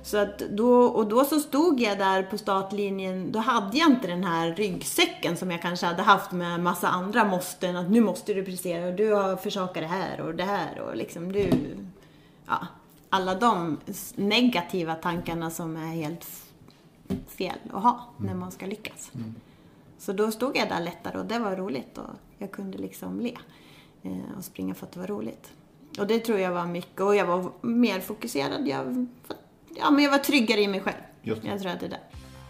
Så att då så stod jag där på startlinjen, då hade jag inte den här ryggsäcken som jag kanske hade haft med massa andra måsten, att nu måste du prestera och du har försakat det här och liksom du, ja, alla de negativa tankarna som är helt fel att ha när man ska lyckas. Så då stod jag där lättare och det var roligt och jag kunde liksom le och springa för att det var roligt. Och det tror jag var mycket, och jag var mer fokuserad, men jag var tryggare i mig själv. Jag tror att det är det.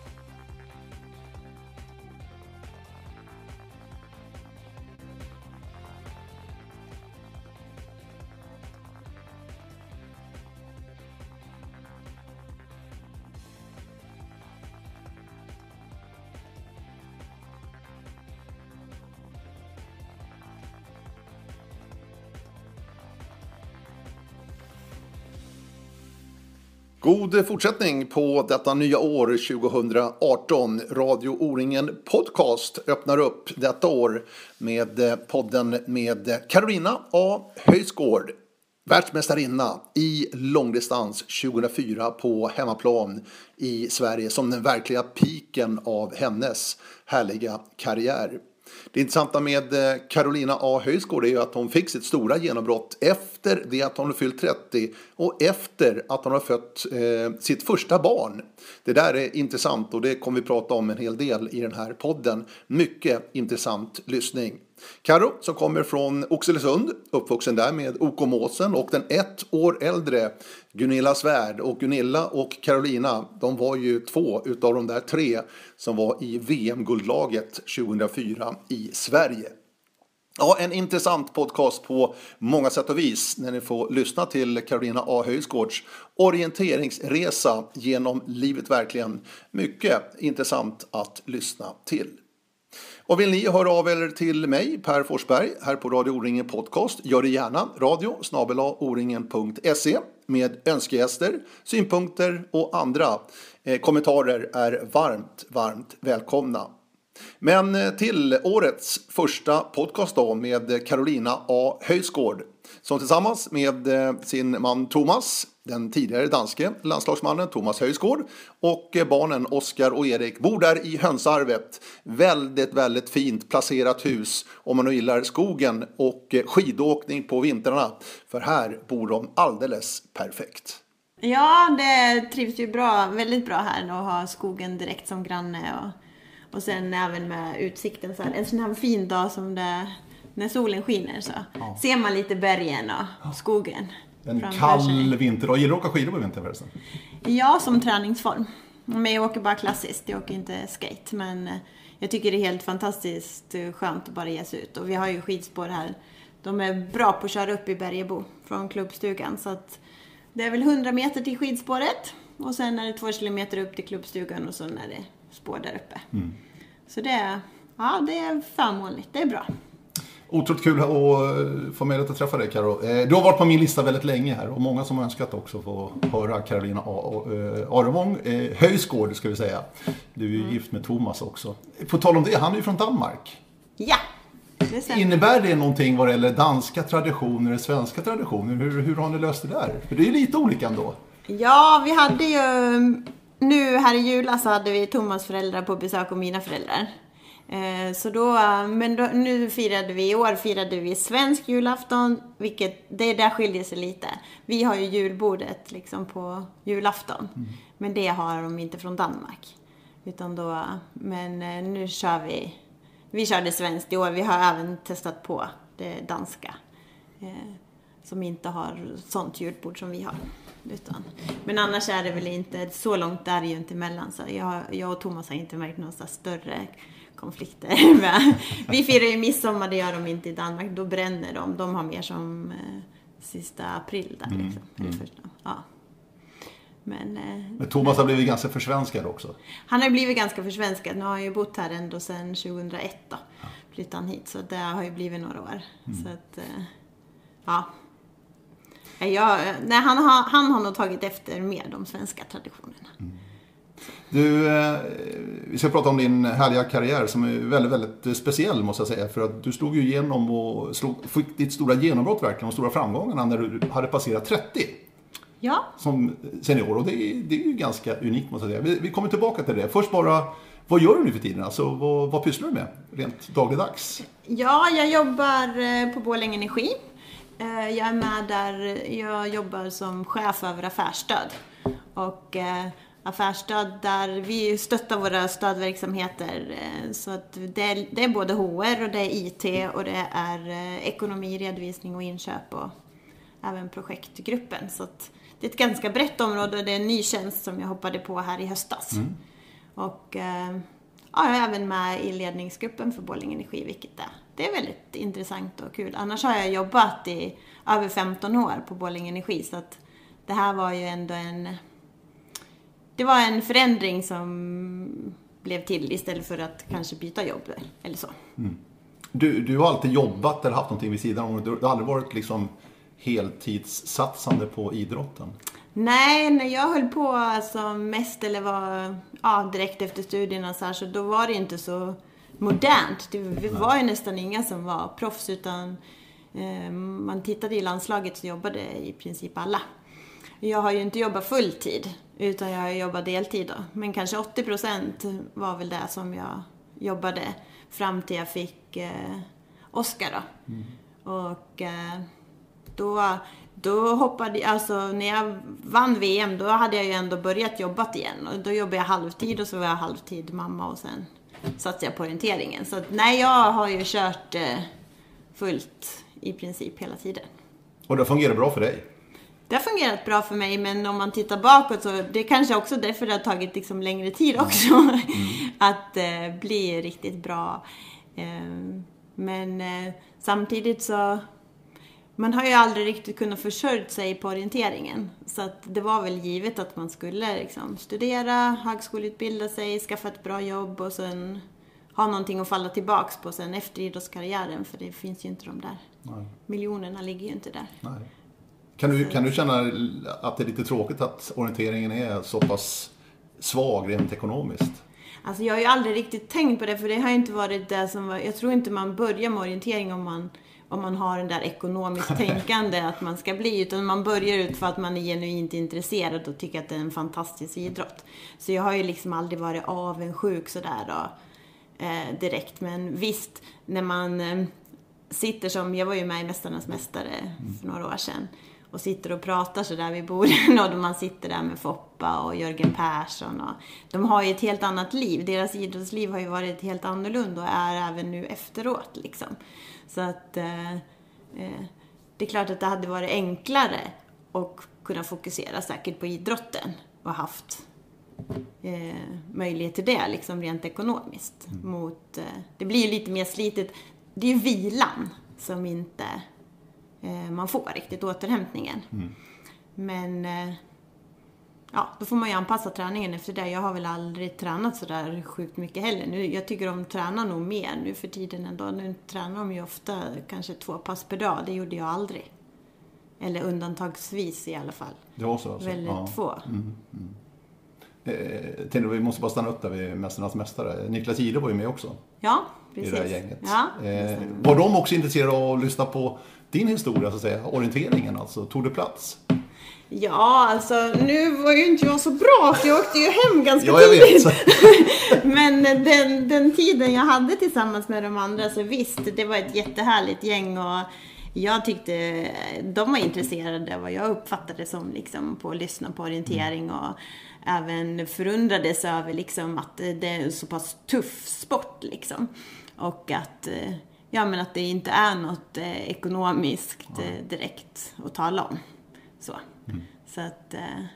God fortsättning på detta nya år 2018. Radio O-ringen podcast öppnar upp detta år med podden med Carolina A. Höjsgård. Världsmästarinna i långdistans 2004 på hemmaplan i Sverige som den verkliga piken av hennes härliga karriär. Det intressanta med Carolina A. Höjsgård är ju att hon fick sitt stora genombrott efter det att hon har fyllt 30 och efter att hon har fött sitt första barn. Det där är intressant och det kommer vi prata om en hel del i den här podden. Mycket intressant lyssning. Karo som kommer från Oxelösund, uppvuxen där med OK Måsen, och den 1 år äldre Gunilla Svärd. Och Gunilla och Carolina, de var ju 2 utav de där 3 som var i VM-guldlaget 2004 i Sverige. Ja, en intressant podcast på många sätt och vis när ni får lyssna till Carolina A. Höjsgårds orienteringsresa genom livet, verkligen. Mycket intressant att lyssna till. Och vill ni höra av er till mig, Per Forsberg, här på Radio O-ringen podcast, gör det gärna. radio@oringen.se med önskegäster, synpunkter och andra kommentarer är varmt välkomna. Men till årets första podcast då med Carolina A. Höjsgård, som tillsammans med sin man Thomas, den tidigare danske landslagsmannen Thomas Höjsgård, och barnen Oskar och Erik bor där i Hönsarvet. Väldigt fint placerat hus om man gillar skogen och skidåkning på vintrarna. För här bor de alldeles perfekt. Ja, det trivs ju väldigt bra här och ha skogen direkt som granne och sen även med utsikten så här. En sån här fin dag som det när solen skiner så ser man lite bergen och skogen. En kall vinterdag. Gillar du att åka skidor på vintern förresten? Ja, som träningsform. Men jag åker bara klassiskt. Jag åker inte skate. Men jag tycker det är helt fantastiskt skönt att bara ge sig ut. Och vi har ju skidspår här. De är bra på att köra upp i Bergebo från klubbstugan. Så att det är väl 100 meter till skidspåret. Och sen är det 2 kilometer upp till klubbstugan och så är det spår där uppe. Så det är förmånligt. Det är bra. Otroligt kul att få möjlighet att träffa dig, Karo. Du har varit på min lista väldigt länge här och många som har önskat också få höra Carolina Arevong Höjsgård, ska vi säga. Du är ju gift med Thomas också. På tal om det, han är ju från Danmark. Ja, det stämmer. Innebär det någonting vad det gäller danska traditioner eller svenska traditioner? Hur har ni löst det där? För det är ju lite olika ändå. Ja, vi hade ju... Nu här i jula så hade vi Thomas föräldrar på besök och mina föräldrar. Så nu i år firade vi svensk julafton, vilket det där skiljer sig lite. Vi har ju julbordet liksom på julafton, men det har de inte från Danmark. Men nu kör vi körde svenskt i år. Vi har även testat på det danska som inte har sånt julbord som vi har. Men annars är det väl inte så långt där är ju inte emellan, så jag och Thomas har inte märkt några större konflikter. Vi firar ju midsommar, det gör de inte i Danmark. Då bränner de. De har mer som sista april där liksom. Ja. Men Thomas har blivit ganska försvenskad också. Han har blivit ganska försvenskad. Nu har han ju bott här ändå sedan 2001 då. Flyttade han hit, så det har ju blivit några år. Så att han har nog tagit efter mer de svenska traditionerna. Du, vi ska prata om din härliga karriär som är väldigt speciell, måste jag säga. För att du slog ju igenom och fick ditt stora genombrott verkligen och stora framgångarna när du hade passerat 30. Ja. Som senior, och det är ju ganska unikt måste jag säga. Vi kommer tillbaka till det. Först bara, vad gör du nu för tiden? Alltså, vad pysslar du med rent dagligdags? Ja, jag jobbar på Borlänge Energi. Jag är med där, jag jobbar som chef över affärsstöd. Och affärsstöd där vi stöttar våra stödverksamheter. Så att det är både HR och det är IT och det är ekonomi, redovisning och inköp och även projektgruppen. Så att det är ett ganska brett område och det är en ny tjänst som jag hoppade på här i höstas. Och jag är även med i ledningsgruppen för Borlänge Energi, vilket det är väldigt intressant och kul. Annars har jag jobbat i över 15 år på Borlänge Energi, så att det här var ju ändå en förändring som blev till istället för att kanske byta jobb eller så. Du har alltid jobbat eller haft någonting vid sidan om, du har aldrig varit liksom heltidssatsande på idrotten? Nej, när jag höll på alltså mest eller var direkt efter studierna så då var det inte så modernt. Det var ju nästan inga som var proffs, utan man tittade i landslaget så jobbade i princip alla. Jag har ju inte jobbat fulltid, utan jag har jobbat deltid då. Men kanske 80% var väl det som jag jobbade fram till jag fick Oscar då. Och då hoppade, alltså när jag vann VM, då hade jag ju ändå börjat jobbat igen. Och då jobbade jag halvtid och så var jag halvtid mamma och sen satt jag på orienteringen. Så att, nej, jag har ju kört fullt i princip hela tiden. Och det fungerar bra för dig? Det har fungerat bra för mig, men om man tittar bakåt så det är kanske också därför det har tagit liksom längre tid också att bli riktigt bra. Men samtidigt så man har ju aldrig riktigt kunnat försörja sig på orienteringen. Så att det var väl givet att man skulle liksom studera, högskoleutbilda sig, skaffa ett bra jobb och sen ha någonting att falla tillbaks på sen efter idrottskarriären. För det finns ju inte de där. Miljonerna ligger ju inte där. Nej. Kan du känna att det är lite tråkigt att orienteringen är så pass svag rent ekonomiskt? Alltså jag har ju aldrig riktigt tänkt på det, för det har ju inte varit det som var... Jag tror inte man börjar med orientering om man har den där ekonomiskt tänkande att man ska bli, utan man börjar ut för att man är genuint intresserad och tycker att det är en fantastisk idrott. Så jag har ju liksom aldrig varit avundsjuk sådär då, direkt. Men visst, när man sitter som... Jag var ju med i Mästarnas mästare för några år sedan. Och sitter och pratar så där vid borden och man sitter där med Foppa och Jörgen Persson. Och de har ju ett helt annat liv. Deras idrottsliv har ju varit helt annorlunda och är även nu efteråt liksom. Så att det är klart att det hade varit enklare att kunna fokusera säkert på idrotten och haft möjlighet till det liksom rent ekonomiskt. Det blir ju lite mer slitet. Det är ju vilan som inte... man får riktigt återhämtningen. Men då får man ju anpassa träningen efter det. Jag har väl aldrig tränat så där sjukt mycket heller. Jag tycker de tränar nog mer nu för tiden ändå. Nu tränar de ju ofta kanske 2 pass per dag. Det gjorde jag aldrig. Eller undantagsvis i alla fall. Det var så alltså. Väldigt få. Vi måste bara stanna upp där vid Mästarnas mästare. Niklas Gide var ju med också. Ja, precis. I det här gänget. Ja, var de också intresserade av att lyssna på din historia, så att säga, orienteringen, alltså, tog det plats? Ja, alltså nu var ju inte jag så bra, för jag åkte ju hem ganska tidigt. Men den tiden jag hade tillsammans med de andra, så visst, det var ett jättehärligt gäng och jag tyckte de var intresserade av vad jag uppfattade som liksom på att lyssna på orientering och även förundrades över liksom att det är en så pass tuff sport liksom. Och att men att det inte är något ekonomiskt direkt att tala om. Så att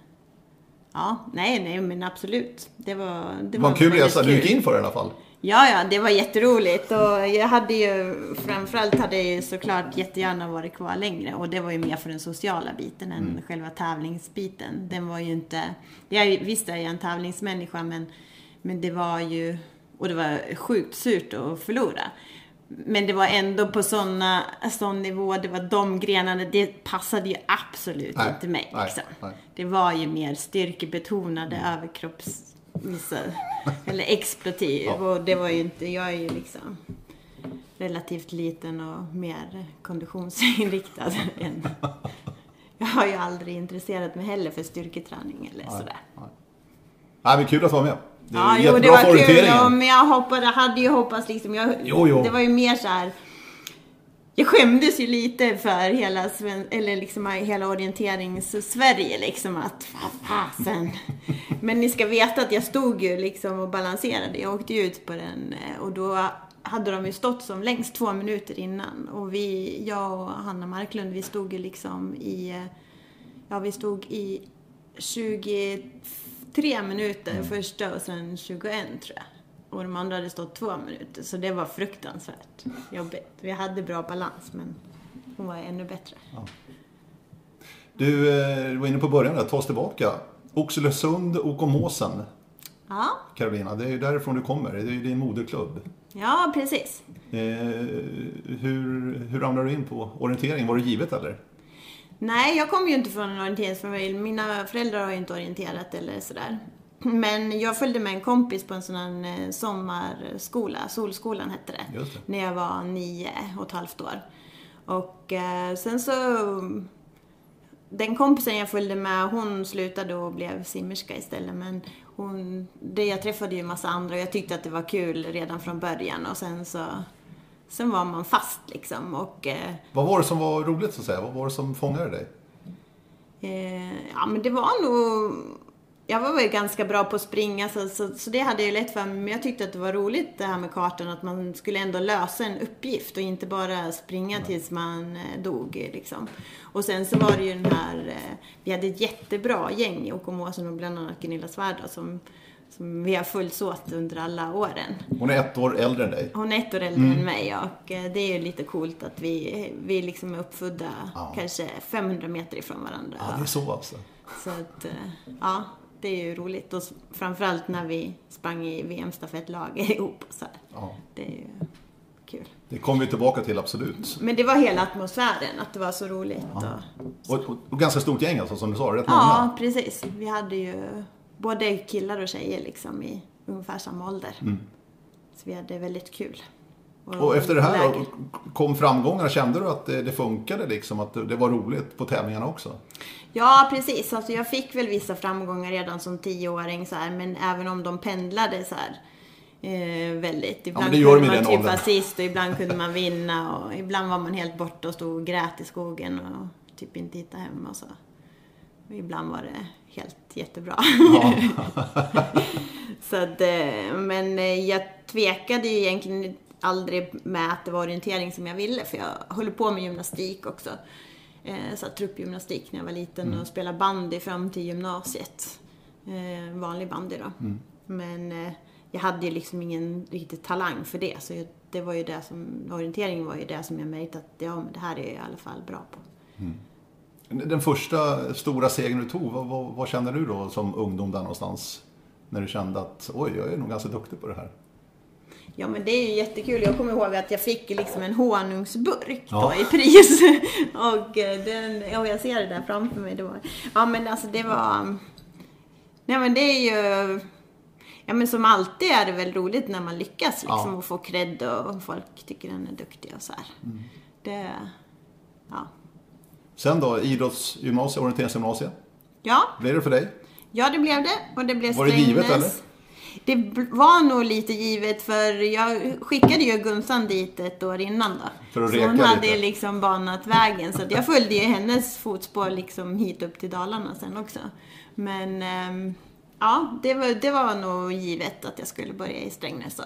nej men absolut. Det var en kul resa, du gick in för det i alla fall. Ja, det var jätteroligt och jag hade ju framförallt såklart jättegärna varit kvar längre och det var ju mer för den sociala biten än själva tävlingsbiten. Den var ju inte, visst är jag en tävlingsmänniska men det var ju, och det var sjukt surt att förlora. Men det var ändå på sån nivå, det var de grenarna, det passade ju absolut inte mig. Liksom. Nej. Det var ju mer styrkebetonade överkroppsmissar, eller exploativ. Och det var ju inte, jag är ju liksom relativt liten och mer konditionsinriktad Jag har ju aldrig intresserat mig heller för styrketräning eller sådär. Nej, men kul att vara med. Det är jättebra det var för orienteringen. Kul, men jag hade ju hoppats liksom, det var ju mer så här. Jag skämdes ju lite för hela orienterings-Sverige liksom att fasen. Men ni ska veta att jag stod ju liksom och balanserade. Jag åkte ju ut på den och då hade de ju stått som längst 2 minuter innan. Och jag och Hanna Marklund, vi stod ju liksom vi stod i 23 minuter första och sen 21 tror jag. Och de andra hade stått 2 minuter. Så det var fruktansvärt jobbigt. Vi hade bra balans, men hon var ännu bättre. Ja. Du var inne på början där, ta oss tillbaka. Oxelösund, OK Måsen. Ja. Carolina, det är ju därifrån du kommer. Det är ju din moderklubb. Ja, precis. Hur ramlade du in på orientering? Var det givet eller? Nej, jag kommer ju inte från en orienteringsfamilj. Mina föräldrar har ju inte orienterat eller sådär. Men jag följde med en kompis på en sån här sommarskola, Solskolan hette det, när jag var 9,5 år. Och sen så, den kompisen jag följde med, hon slutade och blev simmerska istället. Men jag träffade ju en massa andra och jag tyckte att det var kul redan från början. Och sen var man fast liksom. Och, vad var det som var roligt så att säga? Vad var det som fångade dig? Ja, men det var nog... Jag var väl ganska bra på att springa så det hade jag lätt för mig. Men jag tyckte att det var roligt det här med kartan. Att man skulle ändå lösa en uppgift och inte bara springa tills man dog. Liksom. Och sen så var det ju den här... Vi hade ett jättebra gäng i OK Måsen och bland annat Gunilla Svärda som vi har följts åt under alla åren. Hon är 1 år äldre än dig. Hon är 1 år äldre än mig och det är ju lite coolt att vi liksom är uppfödda kanske 500 meter ifrån varandra. Ja, det är så alltså. Så att, ja... Det är ju roligt. Och framförallt när vi sprang i VM-stafettlag ihop. Så här. Ja. Det är ju kul. Det kommer vi tillbaka till, absolut. Men det var hela atmosfären. Att det var så roligt. Ja. Och ganska stort gäng alltså, som du sa. Rätt många. Ja, precis. Vi hade ju både killar och tjejer liksom, i ungefär samma ålder. Så vi hade väldigt kul. Och efter det här då, kom framgångarna. Kände du att det funkade liksom? Att det var roligt på tävlingarna också? Ja, precis. Alltså, jag fick väl vissa framgångar redan som 10-åring. Så här, men även om de pendlade så här väldigt. Ibland kunde man typ assist och ibland kunde man vinna. Och ibland var man helt borta och stod och grät i skogen och typ inte hitta hem och så. Och ibland var det helt jättebra. Ja. Så att, men jag tvekade ju egentligen aldrig med att det var orientering som jag ville. För jag höll på med gymnastik också. Så truppgymnastik när jag var liten och spelade bandy fram till gymnasiet. Vanlig bandy då. Men jag hade ju liksom ingen riktigt talang för det. Så det var ju det som, orienteringen var ju det som jag märkte att men det här är jag i alla fall bra på. Den första stora segern du tog, vad kände du då som ungdom där någonstans? När du kände att jag är nog ganska duktig på det här. Ja, men det är ju jättekul. Jag kommer ihåg att jag fick liksom en honungsburk då i pris. Och jag ser det där framför mig. Men alltså det var... Nej, men det är ju... Ja, men som alltid är det väl roligt när man lyckas liksom och få cred och folk tycker den är duktig och så här. Det... Ja. Sen då, idrottsgymnasiet, orienteringsgymnasiet? Ja. Blev det för dig? Ja, det blev det. Och det blev Var det givet eller? Det var nog lite givet för jag skickade ju Gunsan dit ett år innan då. För att så hon hade liksom banat vägen. Så att jag följde ju hennes fotspår liksom hit upp till Dalarna sen också. Men ja, det var nog givet att jag skulle börja i Strängnäs.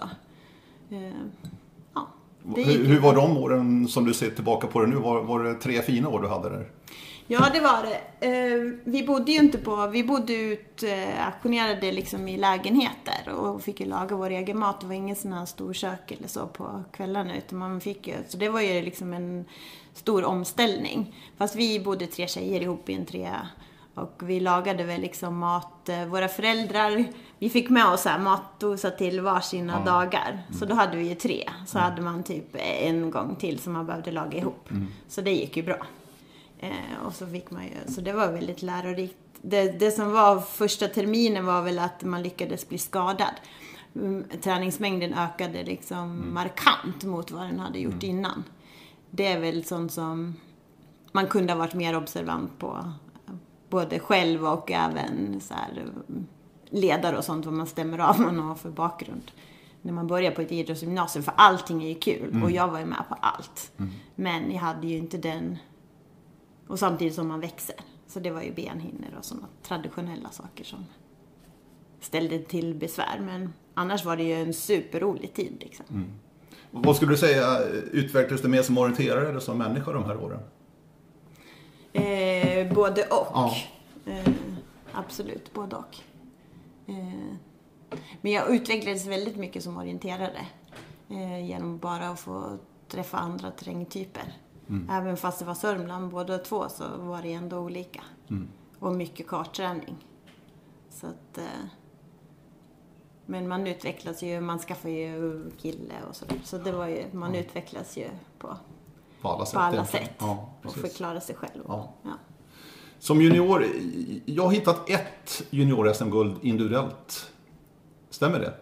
Ja, hur var de åren som du ser tillbaka på det nu? Var det 3 fina år du hade där? Ja, det var det. Vi bodde ju inte vi bodde auktionerade liksom i lägenheter och fick ju laga vår egen mat. Det var ingen sån här stor kök eller så på kvällarna, utan man fick ju, så det var ju liksom en stor omställning. Fast vi bodde 3 tjejer ihop i en 3 och vi lagade väl liksom mat. Våra föräldrar, vi fick med oss här matdosa till varsina dagar. Så då hade vi ju 3. Så hade man typ en gång till som man behövde laga ihop. Så det gick ju bra. Och så fick man ju, så det var väldigt lärorikt. Det som var första terminen var väl att man lyckades bli skadad. Träningsmängden ökade liksom markant mot vad den hade gjort innan. Det är väl sånt som man kunde ha varit mer observant på både själv och även så här, ledare och sånt, vad man stämmer av man har för bakgrund. När man börjar på ett idrottsgymnasium, för allting är ju kul och jag var ju med på allt. Men jag hade ju inte den, och samtidigt som man växer. Så det var ju benhinnor och sådana traditionella saker som ställde till besvär. Men annars var det ju en superrolig tid liksom. Vad skulle du säga, utvecklades det mer som orienterare eller som människa de här åren? Både och. Ja. Absolut, både och. Men jag utvecklades väldigt mycket som orienterare. Genom bara att få träffa andra terrängtyper. Även fast det var Sörmland båda två, så var det ändå olika. Och mycket kartträning. Så att, men man utvecklas ju, man skaffar ju kille och sådär. Så det var ju, man utvecklas ju på alla sätt. Ja, och förklara sig själv. Ja. Ja. Som junior, jag har hittat ett junior-SM-guld individuellt. Stämmer det?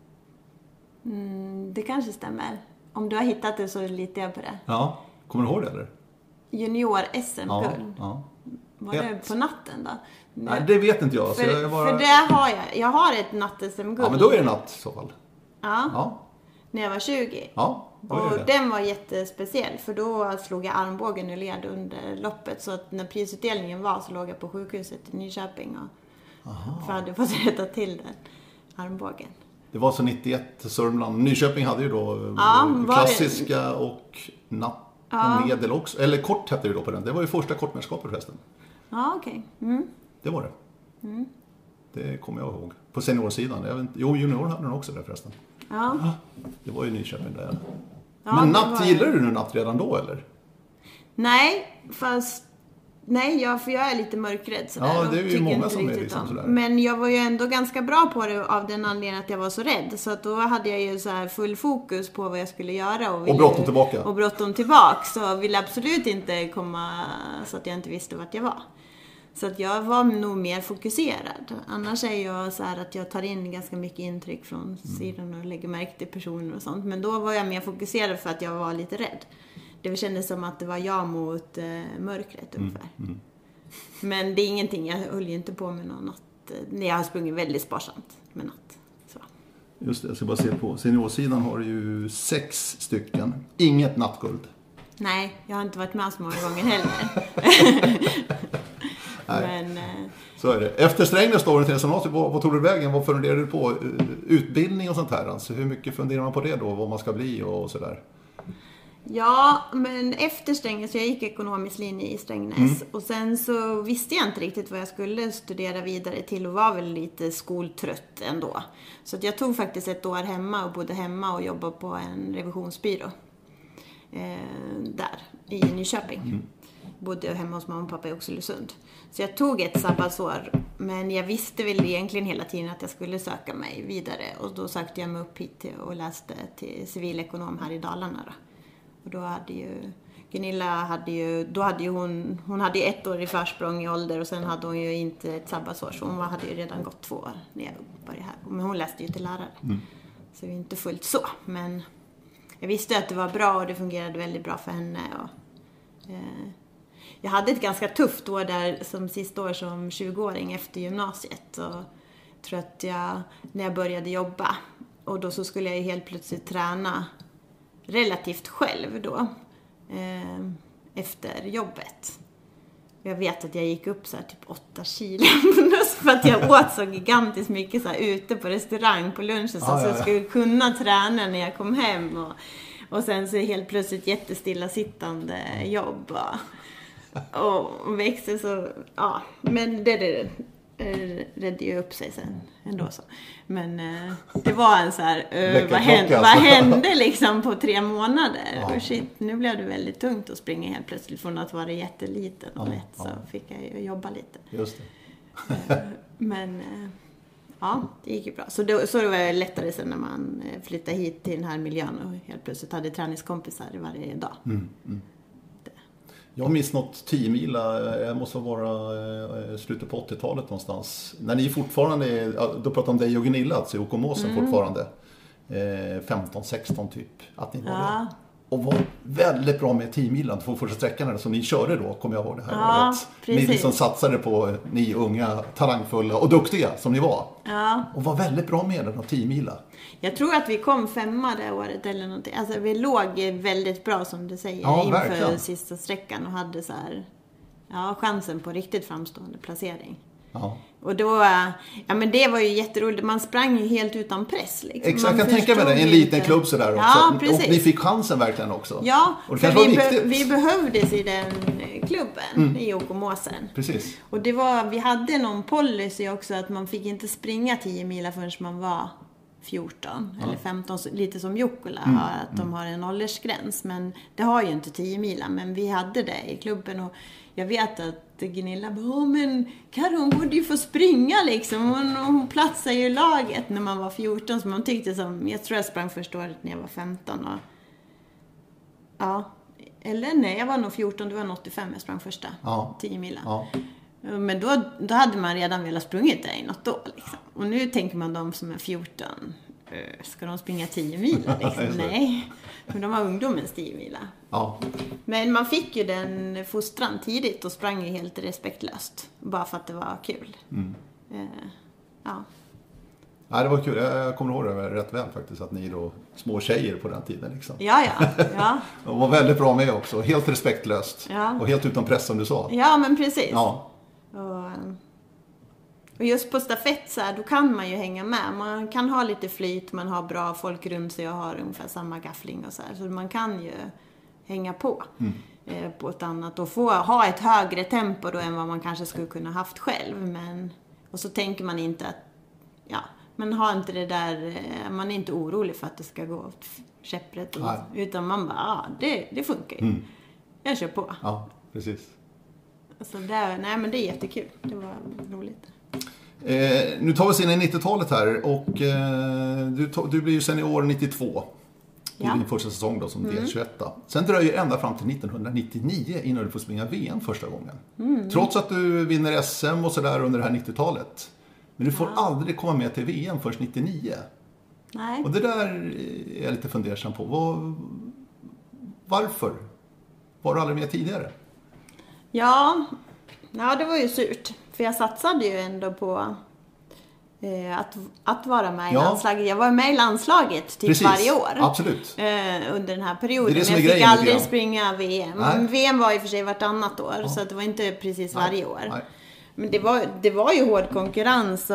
Det kanske stämmer. Om du har hittat det så litar jag på det. Ja, kommer du ihåg det eller? Junior-SM-guld. Ja. Var det på natten då? Nej, det vet inte jag. För det har jag. Jag har ett natt-SM-guld. Ja, men då är det natt i så fall. Ja. När jag var 20. Ja, och den var jättespeciell. För då slog jag armbågen ur led under loppet. Så att när prisutdelningen var så låg jag på sjukhuset i Nyköping. För jag hade fått rätta till den armbågen. Det var så 91 Sörmland. Nyköping hade ju då klassiska och medel också. Eller kort hette det då på den. Det var ju första kortmästerskapet förresten. Ja, okej. Det var det. Det kommer jag ihåg. På seniorsidan. Junior hade den också där förresten. Ja. Det var ju Nyköping där. Ja, men natt, gillar du natt redan då eller? Nej, för jag är lite mörkrädd sådär. Ja, det är ju många som är liksom sådär. Men jag var ju ändå ganska bra på det av den anledningen att jag var så rädd. Så att då hade jag ju så här full fokus på vad jag skulle göra. Och bråttom tillbaka. Och bråttom tillbaka. Så jag ville absolut inte komma så att jag inte visste vart jag var. Så att jag var nog mer fokuserad. Annars är jag så här att jag tar in ganska mycket intryck från sidan och lägger märke till personer och sånt. Men då var jag mer fokuserad för att jag var lite rädd. Det kändes som att det var jag mot mörkret ungefär. Men det är ingenting, jag höll ju inte på med någon natt. Jag har sprungit väldigt sparsamt med natt. Så. Just det, jag ska bara se på seniorsidan har du ju 6 stycken. Inget nattguld. Nej, jag har inte varit med så många gånger heller. Men, så är det. Efter Strängnäs då, vad tog du vägen? Vad funderar du på? Utbildning och sånt här. Alltså, hur mycket funderar man på det då? Vad man ska bli och sådär? Ja, men efter Strängnäs, jag gick ekonomisk linje i Strängnäs. Och sen så visste jag inte riktigt vad jag skulle studera vidare till och var väl lite skoltrött ändå. Så att jag tog faktiskt ett år hemma och bodde hemma och jobbade på en revisionsbyrå. Där, i Nyköping. Bodde hemma hos mamma och pappa i Oxelösund. Så jag tog ett sabbatsår. Men jag visste väl egentligen hela tiden att jag skulle söka mig vidare. Och då sökte jag mig upp hit och läste till civilekonom här i Dalarna då. Och då hade ju Gunilla hon hade ju 1 år i försprång i ålder och sen hade hon ju inte ett sabbatsår, så hon hade ju redan gått 2 år när jag började här. Men hon läste ju till lärare. Så det är inte fullt så, men jag visste att det var bra och det fungerade väldigt bra för henne. Och, jag hade ett ganska tufft år där som sista år som 20-åring efter gymnasiet. Och tror att när jag började jobba och då så skulle jag ju helt plötsligt träna relativt själv då efter jobbet. Jag vet att jag gick upp så här typ 8 kilo för att jag åt så gigantiskt mycket så här ute på restaurang på lunchen så jag skulle kunna träna när jag kom hem och sen så helt plötsligt jättestilla sittande jobb och växte så men det redde ju upp sig sen ändå så. Men det var en så här vad hände liksom på 3 månader? Och shit, nu blev det väldigt tungt att springa helt plötsligt från att vara jätteliten och lätt så fick jag ju jobba lite. Just det. Men det gick ju bra. Så det var lättare sen när man flyttade hit till den här miljön och helt plötsligt hade träningskompisar varje dag. Jag minns något 10-mila, jag måste vara slutet på 80-talet någonstans. När ni fortfarande, då pratar om dig och Gunilla, alltså i OK Måsen fortfarande. 15-16 typ, att ni var det. Och var väldigt bra med 10-milen, 2 första sträckorna som ni körde då, kommer jag ihåg det här. Ja, ni liksom satsade på, ni unga, talangfulla och duktiga som ni var. Ja. Och var väldigt bra med den av 10-mila. Jag tror att vi kom 5:a det året eller någonting. Alltså vi låg väldigt bra som du säger inför verkligen. sista sträckan och hade så här, chansen på riktigt framstående placering. Ja. Och då, men det var ju jätteroligt. Man sprang ju helt utan press. Liksom. Exakt, jag tänker mig det. En liten klubb sådär också. Ja, precis. Och ni fick chansen verkligen också. Ja, och det för kanske var viktigt. vi behövdes i den klubben i Åkemåsen. Precis. Och vi hade någon policy också att man fick inte springa 10 mila förrän man var 14 eller 15, lite som Jukkola att de har en åldersgräns. Men det har ju inte 10 mila, men vi hade det i klubben. Och jag vet att Gunilla bara, men Karo, hon borde ju få springa liksom. Hon platsade ju i laget när man var 14. Så man tyckte jag tror jag sprang första året när jag var 15. Och, eller nej, jag var nog 14, det var 85 jag sprang första 10 mila. Ja. Men då hade man redan velat sprungit det i något år liksom. Och nu tänker man de som är 14, ska de springa 10 mila liksom? Nej, men de var ungdomens 10 mila. Ja. Men man fick ju den fostran tidigt och sprang ju helt respektlöst. Bara för att det var kul. Ja, det var kul. Jag kommer ihåg det rätt väl faktiskt, att ni då små tjejer på den tiden liksom. Ja. De var väldigt bra med också. Helt respektlöst. Ja. Och helt utan press som du sa. Ja, men precis. Ja. Och just på stafett så här, då kan man ju hänga med. Man kan ha lite flyt, man har bra folk runt sig och har ungefär samma gaffling och så här. Så man kan ju hänga på på ett annat och ha ett högre tempo då än vad man kanske skulle kunna haft själv. Och så tänker man inte att, man har inte det där, man är inte orolig för att det ska gå käpprätt. Utan man bara, det funkar ju. Jag kör på. Ja, precis. Så men det är jättekul. Det var roligt. Nu tar vi oss in i 90-talet här och du blir ju senior 92 i din första säsong då som D21. Sen dröjer ända fram till 1999 innan du får springa VM första gången. Trots att du vinner SM och sådär under det här 90-talet. Men du får aldrig komma med till VM först 99. Nej. Och det där är jag lite fundersam på. Varför? Var du aldrig med tidigare? Ja, det var ju surt. För jag satsade ju ändå på att vara med i landslaget. Jag var med i landslaget varje år. Absolut. Under den här perioden. Det är det som är jag fick grejen, aldrig springa VM. Nej. VM var i och för sig vartannat år. Ja. Så att det var inte precis varje år. Nej. Men det var ju hård konkurrens.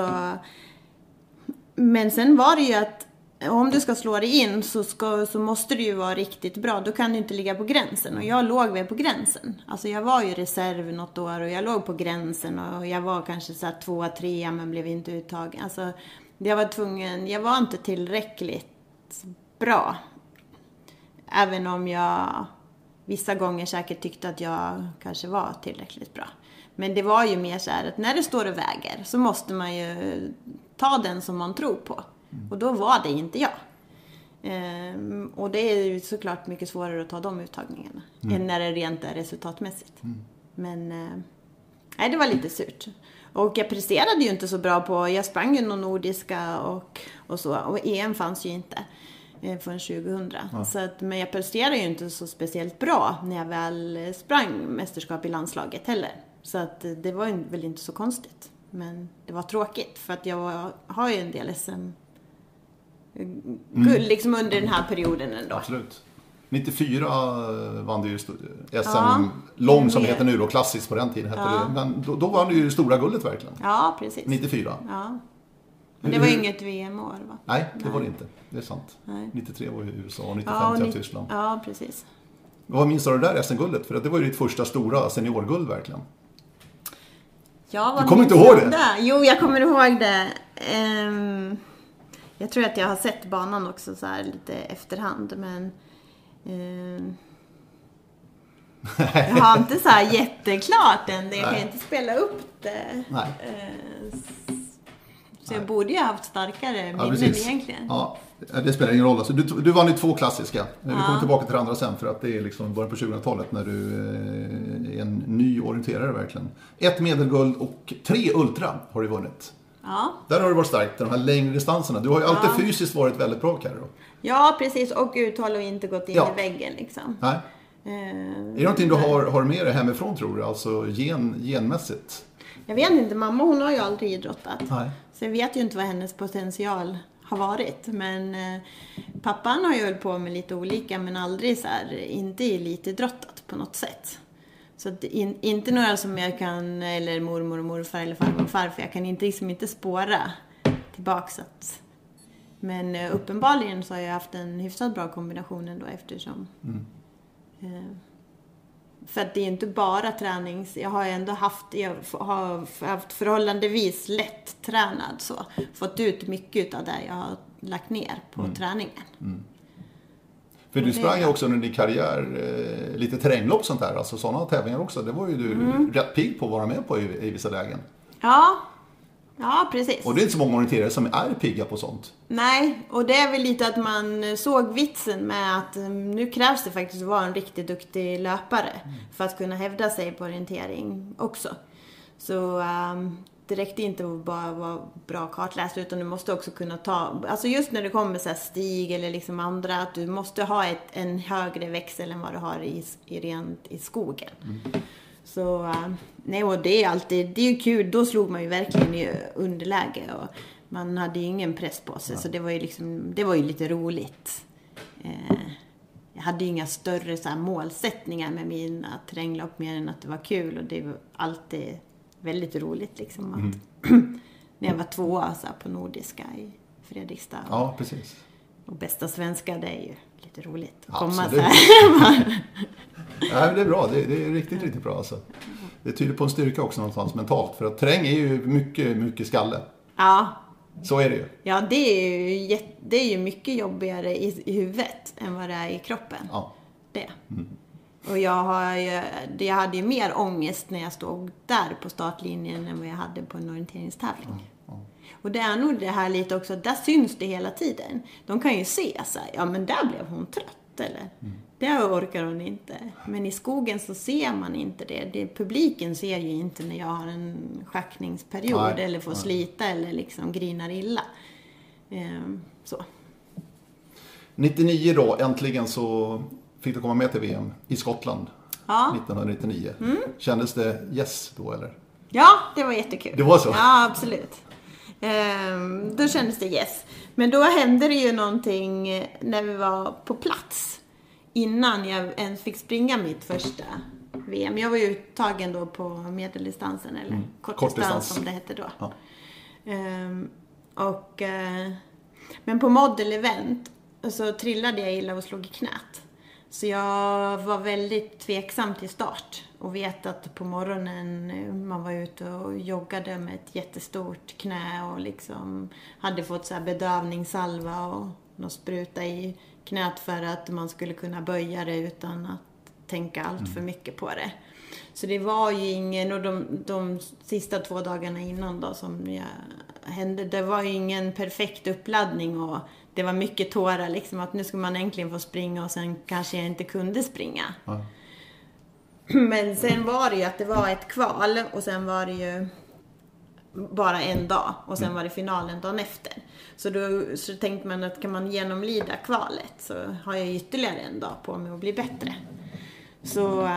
Men sen var det ju att om du ska slå dig in så måste du ju vara riktigt bra. Då kan du inte ligga på gränsen. Och jag låg väl på gränsen. Alltså jag var ju reserv något år och jag låg på gränsen. Och jag var kanske så här 2-3 men blev inte uttagen. Alltså jag var inte tillräckligt bra. Även om jag vissa gånger säkert tyckte att jag kanske var tillräckligt bra. Men det var ju mer så här att när det står och väger så måste man ju ta den som man tror på. Och då var det inte jag. Och det är ju såklart mycket svårare att ta de uttagningarna än när det rent är resultatmässigt. Men det var lite surt. Och jag presterade ju inte så bra jag sprang ju någon nordiska och så. Och EM fanns ju inte förrän 2000. Ja. Men jag presterade ju inte så speciellt bra när jag väl sprang mästerskap i landslaget heller. Så att det var ju väl inte så konstigt. Men det var tråkigt för att jag har ju en del SM liksom under den här perioden ändå. Absolut. 94 vann du ju SM lång som heter nu då, klassiskt på den tiden hette det. Men då vann du ju stora guldet verkligen. Ja, precis. 94. Ja. Men det var ju inget VM-år va? Nej, det var det inte. Det är sant. Nej. 93 var ju USA och 95 till Tyskland. Ja, precis. Vad minns du det där SM-guldet? För det var ju ditt första stora seniorguld verkligen. Ja, du kommer inte ihåg det? Jo, jag kommer ihåg det. Jag tror att jag har sett banan också så här lite efterhand, men jag har inte så här jätteklart än. Jag kan inte spela upp det. Nej. Så jag borde ju ha haft starkare minnen egentligen. Ja, det spelar ingen roll. Alltså, du vann ju 2 klassiska. Vi kommer tillbaka till det andra sen för att det är liksom början på 2000-talet när du är en ny orienterare verkligen. 1 medelguld och 3 ultra har du vunnit. Ja. Där har du varit starkt, de här längre distanserna. Du har ju alltid fysiskt varit väldigt bra, Karo. Ja, precis. Och uthåll och inte gått in i väggen liksom. Nej. Är det någonting du har med dig hemifrån, tror du? Alltså genmässigt? Jag vet inte, mamma hon har ju aldrig idrottat. Nej. Så jag vet ju inte vad hennes potential har varit. Men pappan har ju hållit på med lite olika, men aldrig så här, inte elitidrottat på något sätt. Så att inte några som jag kan, eller mormor och morfar eller farmor och farfar. Jag kan inte spåra tillbaks att... Men uppenbarligen så har jag haft en hyfsat bra kombination ändå eftersom... För att det är inte bara tränings... Jag har ändå haft förhållandevis lätt tränad så. Fått ut mycket av det jag har lagt ner på träningen. För du sprang ju också under din karriär lite terränglopp sånt där. Alltså sådana tävlingar också. Det var ju du rätt pigg på att vara med på i vissa lägen. Ja, precis. Och det är inte så många orienterare som är pigga på sånt. Nej, och det är väl lite att man såg vitsen med att nu krävs det faktiskt att vara en riktigt duktig löpare för att kunna hävda sig på orientering också. Så det räckte inte att bara vara bra kartläsare utan du måste också kunna ta, alltså just när det kommer så här stig eller liksom andra, att du måste ha en högre växel än vad du har i skogen. Så nej, och det är ju kul, då slog man ju verkligen i underläge och man hade ju ingen press på sig, så det var ju liksom, det var ju lite roligt. Jag hade ju inga större så här målsättningar med mina terränglopp mer än att det var kul, och det var alltid väldigt roligt liksom att när jag var 2 så här, på Nordiska i Fredrikstad. Ja, precis. Och bästa svenska, det är ju lite roligt att Absolut. komma så här. Nej, det är bra. Det är riktigt, riktigt bra alltså. Det tyder på en styrka också någonstans mentalt. För att terräng är ju mycket skalle. Ja. Så är det ju. Ja, det är ju mycket jobbigare i huvudet än vad det är i kroppen. Ja. Det. Och jag hade ju mer ångest när jag stod där på startlinjen än vad jag hade på en orienteringstävling. Och det är nog det här lite också, där syns det hela tiden. De kan ju se så här, ja men där blev hon trött eller där orkar hon inte. Men i skogen så ser man inte det. Publiken ser ju inte när jag har en schackningsperiod eller får slita eller liksom grinar illa. Så. 99 då, äntligen så fick du komma med till VM i Skottland. Ja. 1999. Kändes det yes då eller? Ja, det var jättekul. Det var så? Ja, absolut. Då kändes det yes. Men då hände det ju någonting när vi var på plats. Innan jag ens fick springa mitt första VM. Jag var ju uttagen då på medeldistansen eller kortdistans som det hette då. Ja. Men på model-event så trillade jag illa och slog i knät. Så jag var väldigt tveksam till start. Och vet att på morgonen man var ute och joggade med ett jättestort knä. Och liksom hade fått så här bedövningssalva och något spruta i knät för att man skulle kunna böja det utan att tänka allt för mycket på det. Så det var ju ingen, och de sista 2 dagarna innan då som hände, det var ju ingen perfekt uppladdning och det var mycket tårar liksom att nu ska man äntligen få springa och sen kanske jag inte kunde springa. Ja. Men sen var det ju att det var ett kval och sen var det ju bara en dag och sen var det finalen dagen efter. Så tänkte man att kan man genomlida kvalet så har jag ytterligare en dag på mig att bli bättre. Så,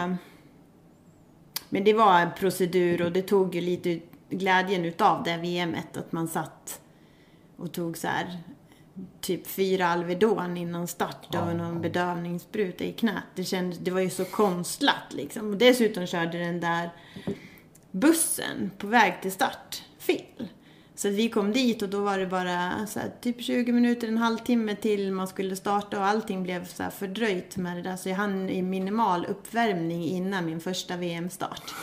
men det var en procedur och det tog ju lite glädjen utav det VM:et att man satt och tog så här typ 4 Alvedon innan start och någon bedövningsspruta i knät. Det var ju så konstlat liksom. Och dessutom körde den där bussen på väg till start fel. Så vi kom dit och då var det bara så här, typ 20 minuter, en halvtimme till man skulle starta och allting blev så här fördröjt med det där. Så jag hann i minimal uppvärmning innan min första VM-start.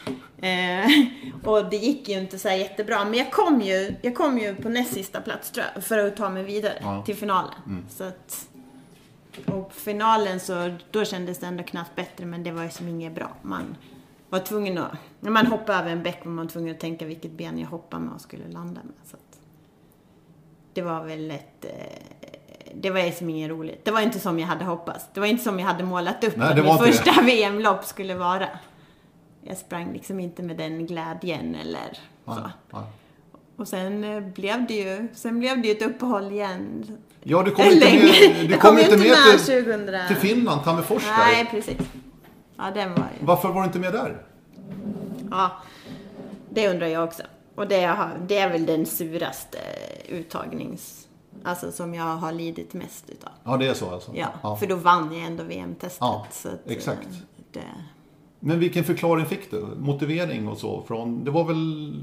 Och det gick ju inte så här jättebra. Men jag kom ju på näst sista plats tror jag, för att ta mig vidare till finalen. Så att, och finalen så då kändes det ändå knappt bättre, men det var ju som inget bra. Man var tvungen att, när man hoppade över en bäck var man tvungen att tänka vilket ben jag hoppade med och skulle landa med. Så att, det var väl det var ju som inget roligt. Det var inte som jag hade hoppats. Det var inte som jag hade målat upp att min första VM-lopp skulle vara. Jag sprang liksom inte med den glädjen eller så. Och sen blev det ju ett uppehåll igen. Ja, du kom inte med till Finland, Tammerfors. Nej, precis. Ja, den var ju... Varför var du inte med där? Ja, det undrar jag också. Och det är väl den suraste alltså som jag har lidit mest utav. Ja, det är så alltså? Ja, för då vann jag ändå VM-testet. Ja, så att, exakt. Men vilken förklaring fick du? Motivering och så? Det var väl...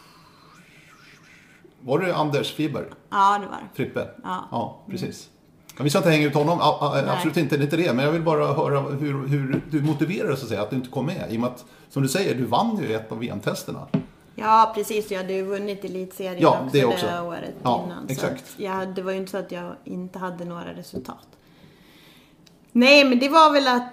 Var det Anders Fiber? Ja, det var det. Frippe? Ja, precis. Vi ska inte hänga ut honom, absolut inte, det är inte det. Men jag vill bara höra hur du motiverar så att säga att du inte kom med. I och med att, som du säger, du vann ju ett av VM-testerna. Ja, precis. Jag hade ju vunnit elitserien också det året innan. Exakt. Så det var ju inte så att jag inte hade några resultat. Nej, men det var väl att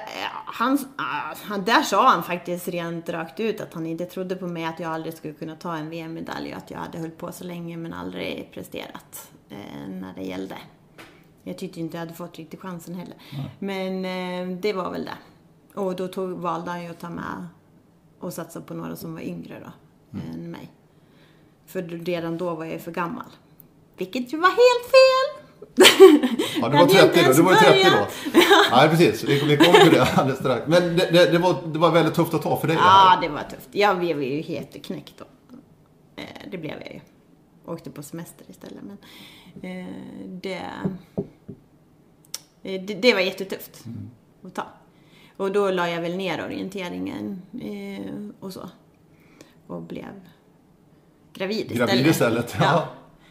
där sa han faktiskt rent rakt ut att han inte trodde på mig, att jag aldrig skulle kunna ta en VM-medalj, att jag hade hållit på så länge men aldrig presterat när det gällde. Jag tyckte inte jag hade fått riktigt chansen heller. Men det var väl det. Och då valde han ju att ta med och satsa på några som var yngre då än mig. För redan då var jag för gammal. Vilket ju var helt fel. Ja, du var 30 då. Du var 30 då. Nej, precis. Vi kommer till det alldeles strax. Men det var väldigt tufft att ta för dig. Ja, det var tufft. Jag blev ju helt knäckt då. Det blev jag ju. Åkte på semester istället. Men det var jättetufft att ta. Och då la jag väl ner orienteringen och så. Och blev gravid istället. Gravid istället, ja.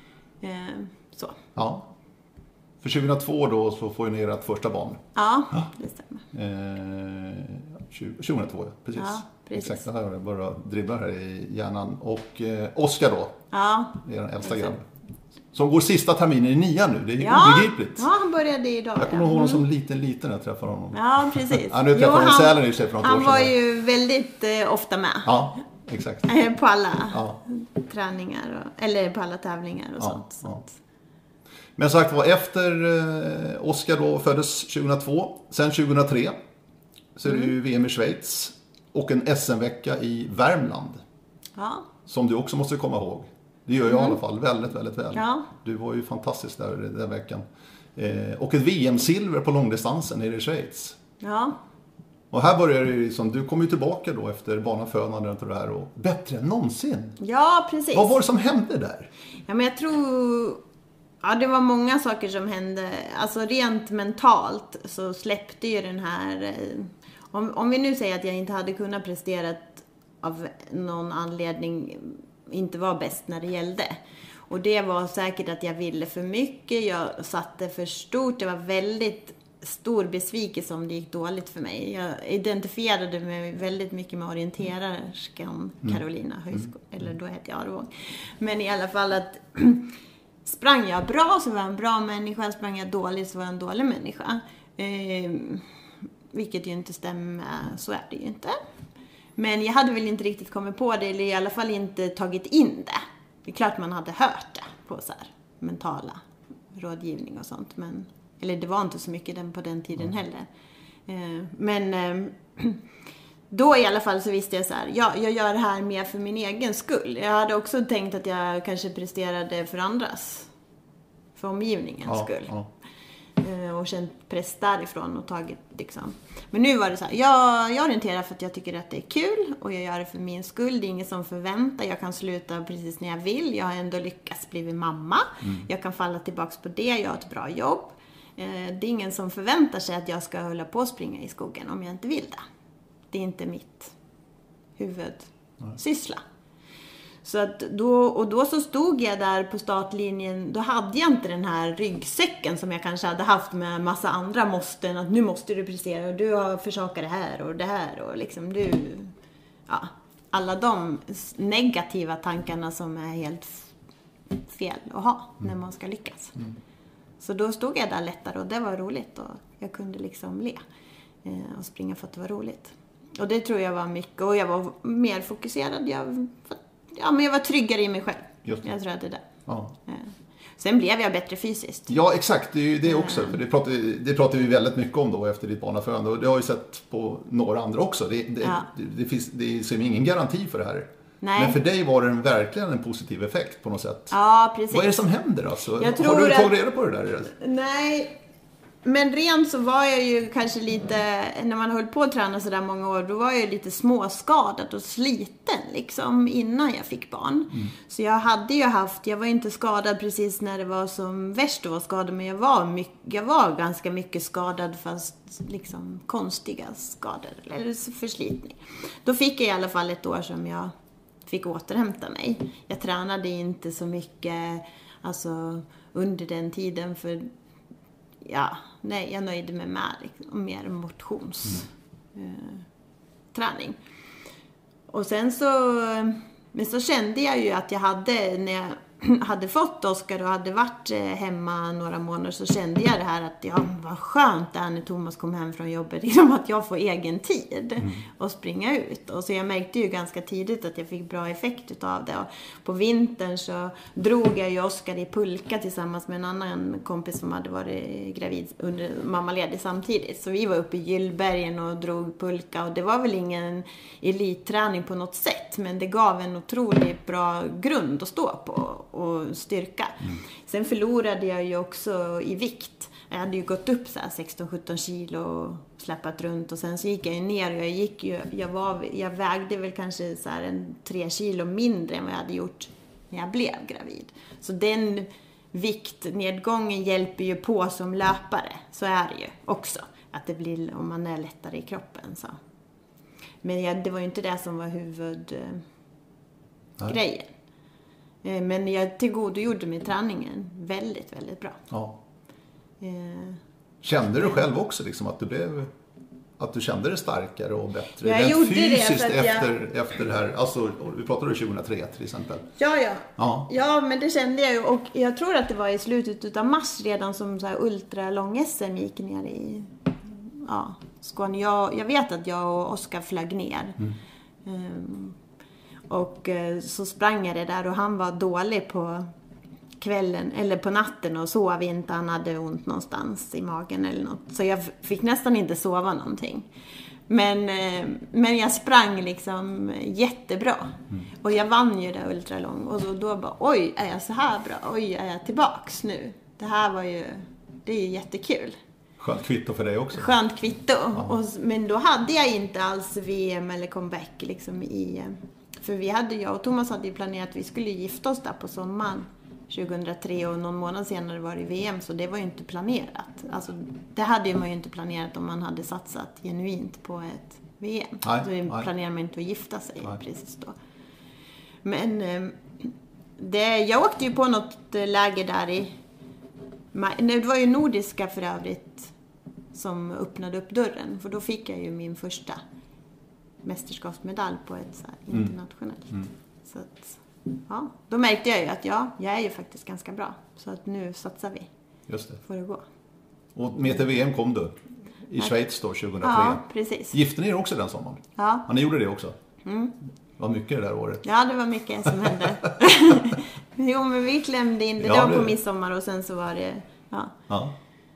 Så. Ja. För 2002 då så får ni ert första barn. Ja, det stämmer. 2002, ja. Precis. Ja, precis. Exakt, det här har jag bara dribblar här i hjärnan. Och Oskar då. Ja. Det är den äldsta grabb. Som går sista terminen i 9 nu. Det är obegripligt. Ja, han började idag. Jag kommer ihåg honom som liten när jag träffade honom. Ja, precis. Nu träffade honom i Sälen i sig för något år sedan. Han var ju väldigt ofta med. Ja, exakt. På alla träningar. Eller på alla tävlingar och sånt. Ja. Men sagt var, efter Oskar då föddes 2002. Sen 2003 så är det ju VM i Schweiz. Och en SM-vecka i Värmland. Ja. Som du också måste komma ihåg. Det gör jag i alla fall väldigt, väldigt väl. Ja. Du var ju fantastisk där den veckan. Och ett VM-silver på långdistansen nere i Schweiz. Ja. Och här börjar det ju som, du kom ju tillbaka då efter barnafödandet och det här. Och bättre än någonsin. Ja, precis. Vad var det som hände där? Ja, men jag tror... Ja, det var många saker som hände. Alltså rent mentalt så släppte ju den här... Om vi nu säger att jag inte hade kunnat prestera av någon anledning, inte var bäst när det gällde. Och det var säkert att jag ville för mycket, jag satte för stort, det var väldigt stor besvikelse om det gick dåligt för mig. Jag identifierade mig väldigt mycket med orientererskan Carolina Höjskog, eller då hette jag Arvåg. Men i alla fall att sprang jag bra så var jag en bra människa, sprang jag dåligt så var jag en dålig människa. Vilket ju inte stämmer, så är det ju inte. Men jag hade väl inte riktigt kommit på det, eller i alla fall inte tagit in det. Det är klart man hade hört det på så här mentala rådgivning och sånt. Men, eller det var inte så mycket på den tiden heller. Men då i alla fall så visste jag så här, jag gör det här mer för min egen skull. Jag hade också tänkt att jag kanske presterade för andras, för omgivningens skull. Ja. Och känt press därifrån och tagit liksom. Men nu var det så här, jag orienterar för att jag tycker att det är kul och jag gör det för min skull. Det är ingen som förväntar, jag kan sluta precis när jag vill. Jag har ändå lyckats bli mamma. Jag kan falla tillbaks på det, jag har ett bra jobb. Det är ingen som förväntar sig att jag ska hålla på och springa i skogen om jag inte vill det. Det är inte mitt huvudsyssla. Så att då så stod jag där på startlinjen, då hade jag inte den här ryggsäcken som jag kanske hade haft med massa andra måsten, att nu måste du prestera och du har försakat det här och liksom du, alla de negativa tankarna som är helt fel att ha när man ska lyckas. Så då stod jag där lättare och det var roligt och jag kunde liksom le och springa för att det var roligt. Och det tror jag var mycket, och jag var mer fokuserad, men jag var tryggare i mig själv. Jag tror att det är det. Ja. Sen blev jag bättre fysiskt. Ja, exakt. Det är ju det också. För det pratar vi väldigt mycket om då efter ditt barnafödande. Och det har ju sett på några andra också. Det finns ingen garanti för det här. Nej. Men för dig var det verkligen en positiv effekt på något sätt. Ja, precis. Vad är det som händer alltså? Har du tagit reda på det där? Nej, men rent så var jag ju kanske lite, när man höll på att träna så där många år, då var jag lite småskadad och sliten liksom innan jag fick barn. Så jag var inte skadad precis när det var som värst att vara skadad, men jag var ganska mycket skadad, fast liksom konstiga skador eller förslitning. Då fick jag i alla fall ett år som jag fick återhämta mig. Jag tränade inte så mycket alltså under den tiden, för jag nöjde mig med mer motionsträning. Och sen så kände jag ju att jag hade, när jag hade fått Oskar och hade varit hemma några månader, så kände jag det här att vad skönt det är när Thomas kom hem från jobbet, liksom att jag får egen tid och springa ut. Och så jag märkte ju ganska tidigt att jag fick bra effekt utav det. Och på vintern så drog jag ju Oskar i pulka tillsammans med en annan kompis som hade varit gravid under mammaledig samtidigt. Så vi var uppe i Gyllbergen och drog pulka, och det var väl ingen elitträning på något sätt, men det gav en otroligt bra grund att stå på och styrka. Sen förlorade jag ju också i vikt. Jag hade ju gått upp så här 16-17 kilo och släppat runt, och sen så gick jag ju ner och jag vägde väl kanske så här 3 kilo mindre än vad jag hade gjort när jag blev gravid. Så den viktnedgången hjälper ju på som löpare. Så är det ju också. Att det blir, om man är lättare i kroppen så. Men det var ju inte det som var huvudgrejen. Men jag tillgodogjorde mig träningen väldigt, väldigt bra. Ja. Kände du själv också liksom att du kände dig starkare och bättre? Jag gjorde fysiskt det efter det här, alltså vi pratade 2003 till exempel. Ja, men det kände jag ju, och jag tror att det var i slutet av mars redan som så här ultralång-SM gick ner i Skåne. Jag vet att jag och Oskar flög ner. Och så sprang jag det där, och han var dålig på kvällen eller på natten och sov inte. Han hade ont någonstans i magen eller något. Så jag fick nästan inte sova någonting. Men jag sprang liksom jättebra. Och jag vann ju det ultralång. Och då bara, oj, är jag så här bra? Oj, är jag tillbaks nu? Det är ju jättekul. Skönt kvitto för dig också. Skönt kvitto. Men då hade jag inte alls VM eller comeback liksom för jag och Thomas hade ju planerat att vi skulle gifta oss där på sommaren 2003, och någon månad senare var det VM, så det var ju inte planerat. Alltså, det hade ju man ju inte planerat om man hade satsat genuint på ett VM. Så planerar man inte att gifta sig precis då. Men jag åkte ju på något läger där det var ju nordiska för övrigt som öppnade upp dörren, för då fick jag ju min första mästerskapsmedalj på ett så här internationellt. Så att, då märkte jag ju att jag är ju faktiskt ganska bra. Så att nu satsar vi. Just det. För att gå. Och med till VM kom du i Schweiz då 2003. Ja, precis. Gifte ni er också den sommaren? Ja. Ni gjorde det också? Det var mycket det där året. Ja, det var mycket som hände. Jo, men vi klämde in det. Det var på midsommar, och sen så var det... Ja.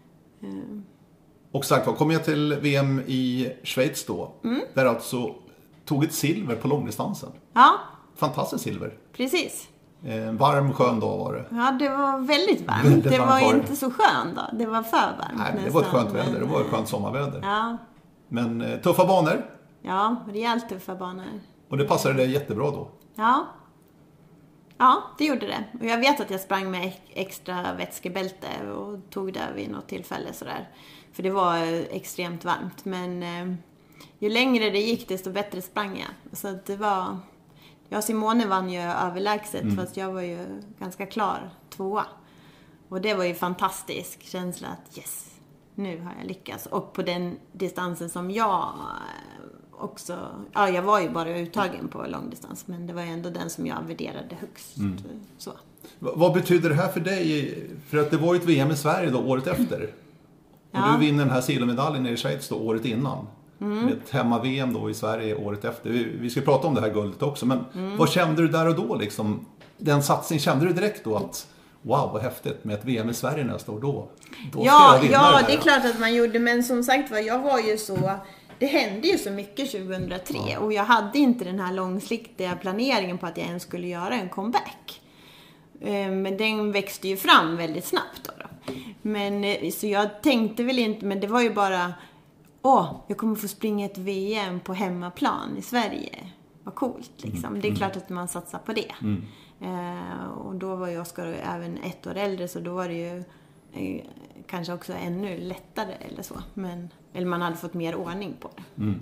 Och sagt, kom jag till VM i Schweiz då. Där alltså tog ett silver på långdistansen. Ja. Fantastiskt silver. Precis. Varm, skön dag var det. Ja, det var väldigt varmt. Det var inte så skön då. Det var för varmt. Nej, det var ett skönt väder. Det var ett skönt sommarväder. Ja. Men tuffa banor. Ja, rejält tuffa banor. Och det passade dig jättebra då. Ja. Ja, det gjorde det. Och jag vet att jag sprang med extra vätskebälte och tog det vid något tillfälle sådär. För det var extremt varmt. Men ju längre det gick, desto bättre sprang jag. Så att det var... Simone vann ju överlägset, fast jag var ju ganska klar 2:a. Och det var ju fantastisk känsla att yes, nu har jag lyckats. Och på den distansen som jag också... Ja, jag var ju bara uttagen på långdistans, men det var ju ändå den som jag värderade högst. Så. Vad betyder det här för dig? För att det var ju ett VM i Sverige då året efter. Och du vinner den här silvermedaljen i Schweiz då året innan. Med ett hemma-VM då i Sverige året efter. Vi ska prata om det här guldet också. Men vad kände du där och då liksom? Den satsning, kände du direkt då att wow, vad häftigt med ett VM i Sverige nästa år då? Ja, det är klart att man gjorde. Men som sagt, jag var ju så det hände ju så mycket 2003 och jag hade inte den här långsiktiga planeringen på att jag ens skulle göra en comeback. Men den växte ju fram väldigt snabbt då. Men så jag tänkte väl inte, men det var ju bara jag kommer få springa ett VM på hemmaplan i Sverige. Vad coolt liksom. Det är klart att man satsar på det. Och då var jag även 1 år äldre, så då var det ju kanske också ännu lättare eller så. Eller man hade fått mer ordning på det.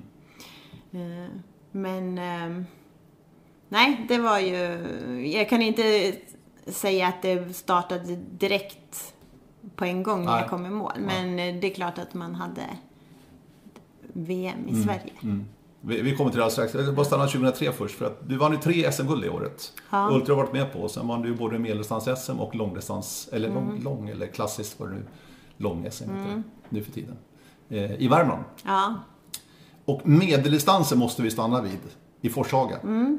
Nej, det var ju... Jag kan inte säga att det startade direkt på en gång när jag kom i mål. Men det är klart att man hade VM i Sverige. Vi kommer till det här strax. Jag vill bara stanna 2003 först. För att du vann ju 3 SM-guld i året. Ja. Ultra har varit med på. Sen vann du både medeldistans-SM och långdistans. Eller lång eller klassiskt var det nu. Lång-SM nu för tiden. I Värmland. Ja. Och medeldistansen måste vi stanna vid. I Forshaga.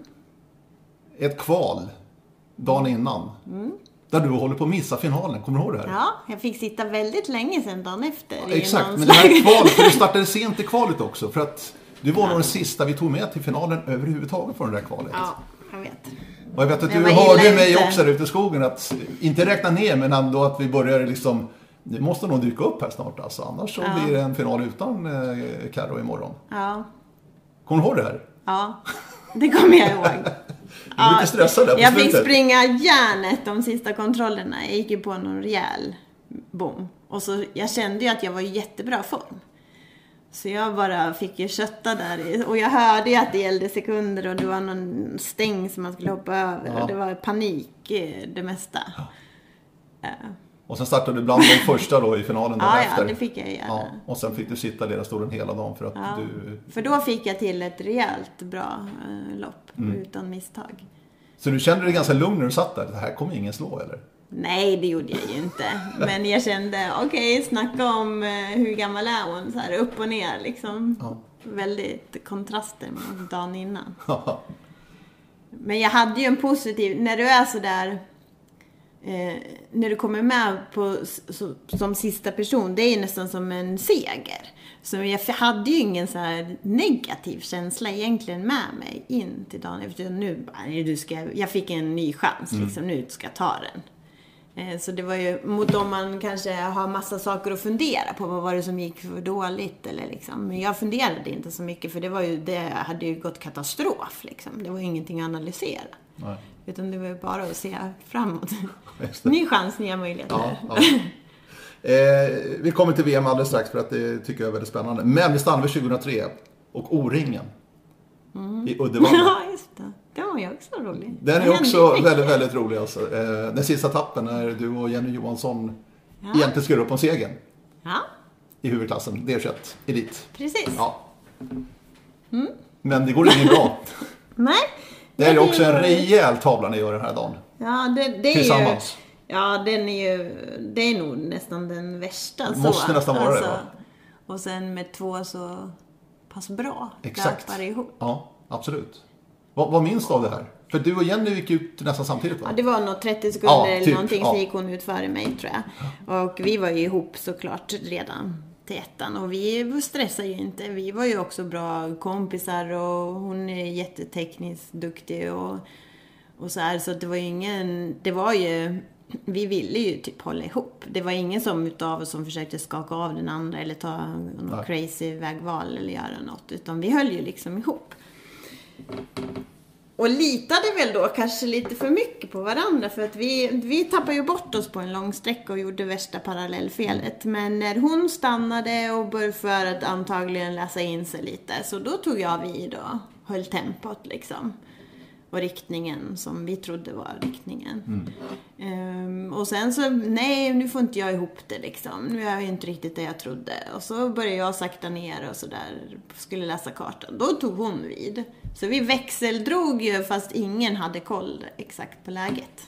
Ett kval. Dagen innan. Där du håller på att missa finalen. Kommer du ihåg det här? Ja, jag fick sitta väldigt länge sedan dagen efter. Ja, exakt, men det här kvalet. För du startade sent i kvalet också. För att du var nog den sista vi tog med till finalen överhuvudtaget på det där kvalet. Ja, jag vet. Och jag vet att du hörde mig också där ute i skogen. Att inte räkna ner, men ändå att vi börjar liksom... Det måste nog dyka upp här snart alltså. Annars så blir det en final utan Karo imorgon. Ja. Kommer du ihåg det här? Ja, det kommer jag ihåg. Du är lite stressad där på jag slutet. Fick springa järnet de sista kontrollerna. Jag gick ju på någon rejäl bom. Och så jag kände ju att jag var i jättebra form. Så jag bara fick ju kötta där. Och jag hörde ju att det gällde sekunder. Och det var någon stäng som man skulle hoppa över. Ja. Och det var panik det mesta. Ja. Och sen startade du bland de första då i finalen därefter. Ja, det fick jag göra. Ja, och sen fick du sitta i ledarstolen hela dagen för att För då fick jag till ett rejält bra lopp utan misstag. Så du kände dig ganska lugn när du satt där? Det här kommer ingen slå, eller? Nej, det gjorde jag ju inte. Men jag kände, snacka om hur gammal är hon? Så här upp och ner liksom. Ja. Väldigt kontraster med dagen innan. Men jag hade ju en positiv, när du är så där... när du kommer med som sista person, det är ju nästan som en seger. Så jag hade ju ingen så här negativ känsla egentligen med mig in till dagen efter. Nu jag fick en ny chans liksom, nu ska jag ta den. Så det var ju mot om man kanske har massa saker att fundera på, vad var det som gick för dåligt eller liksom. Men jag funderade inte så mycket, för det hade ju gått katastrof liksom. Det var ingenting att analysera. Nej. Utan det var bara att se framåt. Ny chans, nya möjligheter. Ja. Vi kommer till VM alldeles strax, för att det tycker jag är väldigt spännande. Men vi stannar vid 2003 och O-ringen i Uddevalla. Ja, just det. Det var ju också rolig. Den är också väldigt, väldigt rolig. Alltså. Den sista tappen när du och Jenny Johansson egentligen skulle upp om segern. Ja. I huvudklassen, D21, elit. Precis. Ja. Men det går inte bra. Nej. Det är ju också en rejäl tavla ni gör den här dagen. Ja, det är tillsammans. Ju... Ja, det är nog nästan den värsta. Måste nästan vara det, va? Och sen med 2 så pass bra. Exakt. Ihop. Ja, absolut. Vad minns du av det här? För du och Jenny gick ut nästan samtidigt, va? Ja, det var nog 30 sekunder eller någonting, så gick hon ut före mig, tror jag. Och vi var ju ihop såklart redan till ettan. Och vi stressade ju inte. Vi var ju också bra kompisar och hon är jättetekniskt duktig och så här. Så det var ju vi ville ju typ hålla ihop. Det var ingen utav oss som försökte skaka av den andra eller ta något crazy vägval eller göra något. Utan vi höll ju liksom ihop. Och litade väl då kanske lite för mycket på varandra, för att vi tappade ju bort oss på en lång sträcka och gjorde värsta parallellfelet. Men när hon stannade och började för att antagligen läsa in sig lite, så då tog jag vid och höll tempot liksom. Och riktningen som vi trodde var riktningen. Och sen så, nej, nu får inte jag ihop det liksom. Nu är jag inte riktigt det jag trodde. Och så började jag sakta ner och så där, skulle läsa kartan. Då tog hon vid. Så vi växeldrog ju, fast ingen hade koll exakt på läget.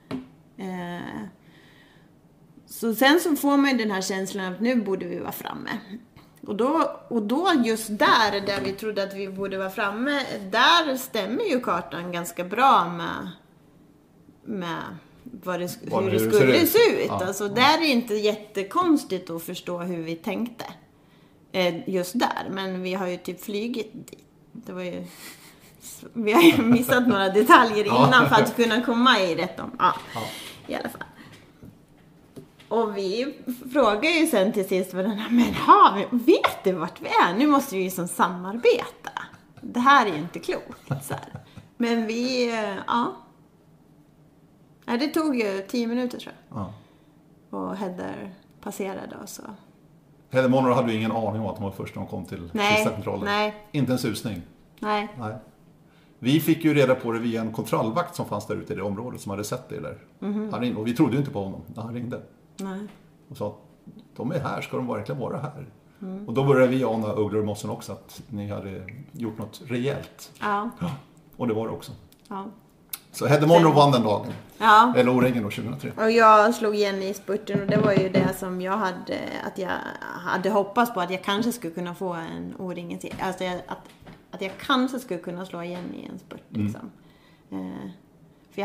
Så sen så får man den här känslan att nu borde vi vara framme. Och då just där vi trodde att vi borde vara framme, där stämmer ju kartan ganska bra med hur det skulle se ut. Ja, alltså, där är det inte jättekonstigt att förstå hur vi tänkte. just där. Men vi har ju typ flygit dit. Det var ju... Vi har ju missat några detaljer innan för att kunna komma i rätt om. Ja, i alla fall. Och vi frågar ju sen till sist varandra, men vet du vart vi är? Nu måste vi ju som samarbeta. Det här är ju inte klokt. Så här. Men vi, ja. Det tog ju 10 minuter tror jag. Ja. Och Heather passerade och så. Heather Monroe hade ju ingen aning om att de var först när de kom till Kista-kontrollen. Nej. Inte en susning. Nej. Vi fick ju reda på det via en kontrollvakt som fanns där ute i det området som hade sett det där. Mm-hmm. Och vi trodde ju inte på honom när han ringde. Nej. Och sa, de är här, ska de verkligen vara här? Mm. Och då började vi ana Ugglor och Mossen också att ni hade gjort något rejält. Ja. Och det var det också. Ja. Så Heather Monroe vann den dagen. Ja. Eller O-ringen då 2003. Och jag slog igen i spurten och det var ju det som jag hade hoppats på att jag kanske skulle kunna få en O-ringen till. Alltså att jag kanske skulle kunna slå igen i en spurt liksom. För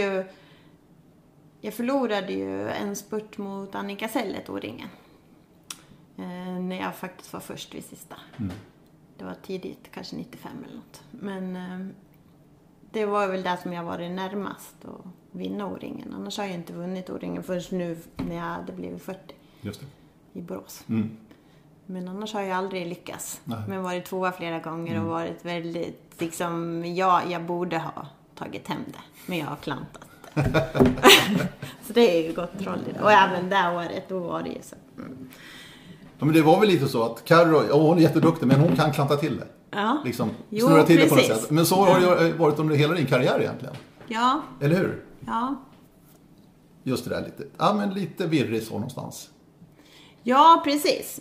jag förlorade ju en spurt mot Annika Sellet O-ringen. När jag faktiskt var först vid sista. Det var tidigt, kanske 95 eller något. Men det var väl det som jag var närmast att vinna O-ringen. Annars har jag inte vunnit O-ringen förrän nu när jag hade blivit 40. Just det. I Borås. Men annars har jag aldrig lyckats. Nej. Men varit tvåa flera gånger och varit väldigt liksom, jag borde ha tagit hem det. Men jag har klantat det. Så det är ju gott troll i det. Och även det året, då var det ju så. Ja, men det var väl lite så att Karo, hon är jätteduktig men hon kan klanta till det. Ja. Liksom, snurra till det på något sätt. Men så har det varit under hela din karriär egentligen. Ja. Eller hur? Ja. Just det där lite. Ja, men lite virrig så någonstans. Ja, precis.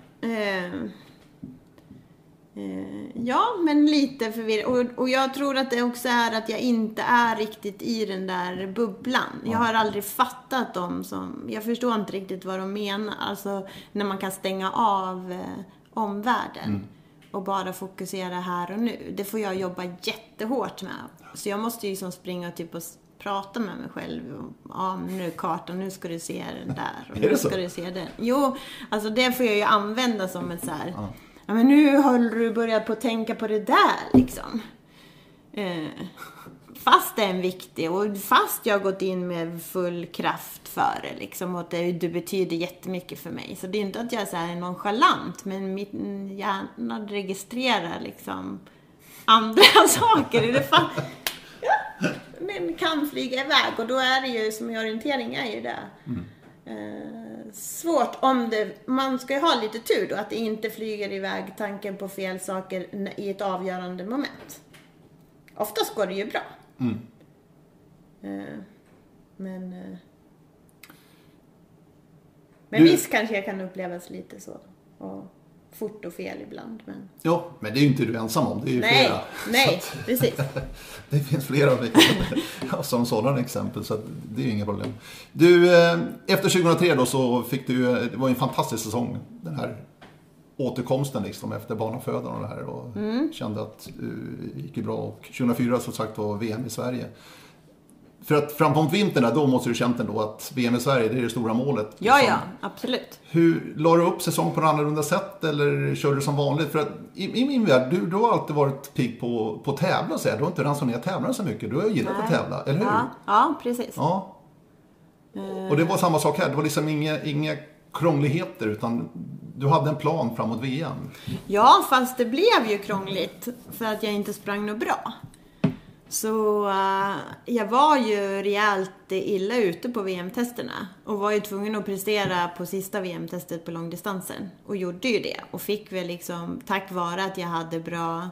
Ja, men lite förvirrad. Och jag tror att det också är att jag inte är riktigt i den där bubblan. Jag har aldrig fattat dem som... Jag förstår inte riktigt vad de menar. Alltså när man kan stänga av omvärlden och bara fokusera här och nu. Det får jag jobba jättehårt med. Så jag måste ju som springa typ och prata med mig själv. Ja, nu är kartan, nu ska du se den där. Och nu ska du se den. Jo, alltså det får jag ju använda som ett så här... Ja, men nu har du börjat på att tänka på det där liksom. Fast det är en viktig och fast jag har gått in med full kraft för det liksom, och det betyder jättemycket för mig. Så det är inte att jag är så här nonchalant, men min hjärna registrerar liksom andra saker. I det fall. Ja, den kan flyga iväg och då är det ju som i orientering är ju det. Svårt om man ska ju ha lite tur då, att det inte flyger iväg tanken på fel saker i ett avgörande moment. Oftast går det ju bra. Men visst kanske jag kan upplevas lite så och fort och fel ibland. Men... Ja, men det är ju inte du ensam om. Det är ju flera. Nej, precis. Det finns flera som sådana exempel, så det är ju inga problem. Du, efter 2003 då så fick du, det var ju en fantastisk säsong, den här återkomsten liksom efter barnafödan och det här, och kände att det gick ju bra. Och 2004 så sagt var VM i Sverige. För att framåt vintern då måste du känt ändå att VM i Sverige, det är det stora målet. Liksom. Ja, absolut. Hur la du upp säsong på en annorlunda sätt eller körde du som vanligt? För att i min värld, du har alltid varit pigg på att tävla, så här. Du har inte ransonerat tävlarna så mycket. Du har gillat att tävla, eller hur? Ja, precis. Ja. Och det var samma sak här. Det var liksom inga krångligheter, utan du hade en plan framåt VM. Ja, fast det blev ju krångligt för att jag inte sprang något bra. Så jag var ju rejält illa ute på VM-testerna och var ju tvungen att prestera på sista VM-testet på långdistansen. Och gjorde ju det. Och fick väl liksom, tack vare att jag hade bra...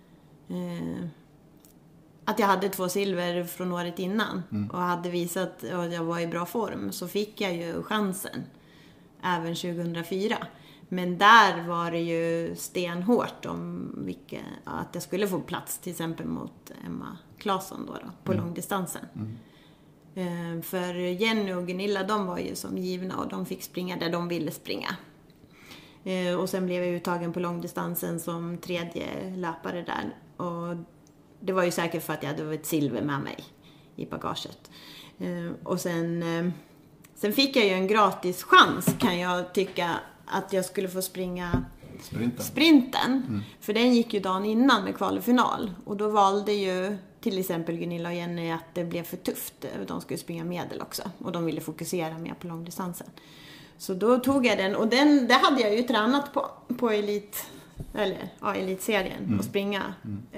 att jag hade 2 silver från året innan och hade visat att jag var i bra form, så fick jag ju chansen även 2004. Men där var det ju stenhårt om att jag skulle få plats till exempel mot Emma Claesson då på långdistansen. För Jenny och Gunilla, de var ju som givna och de fick springa där de ville springa. Och sen blev jag uttagen på långdistansen som 3:e löpare där. Och det var ju säkert för att jag hade ett silver med mig i bagaget. Och sen fick jag ju en gratis chans, kan jag tycka, att jag skulle få springa sprinten. För den gick ju dagen innan med kval och final. Och då valde ju till exempel Gunilla och Jenny att det blev för tufft. De skulle springa medel också. Och de ville fokusera mer på långdistansen. Så då tog jag den. Och det hade jag ju tränat på elitserien. Och springa.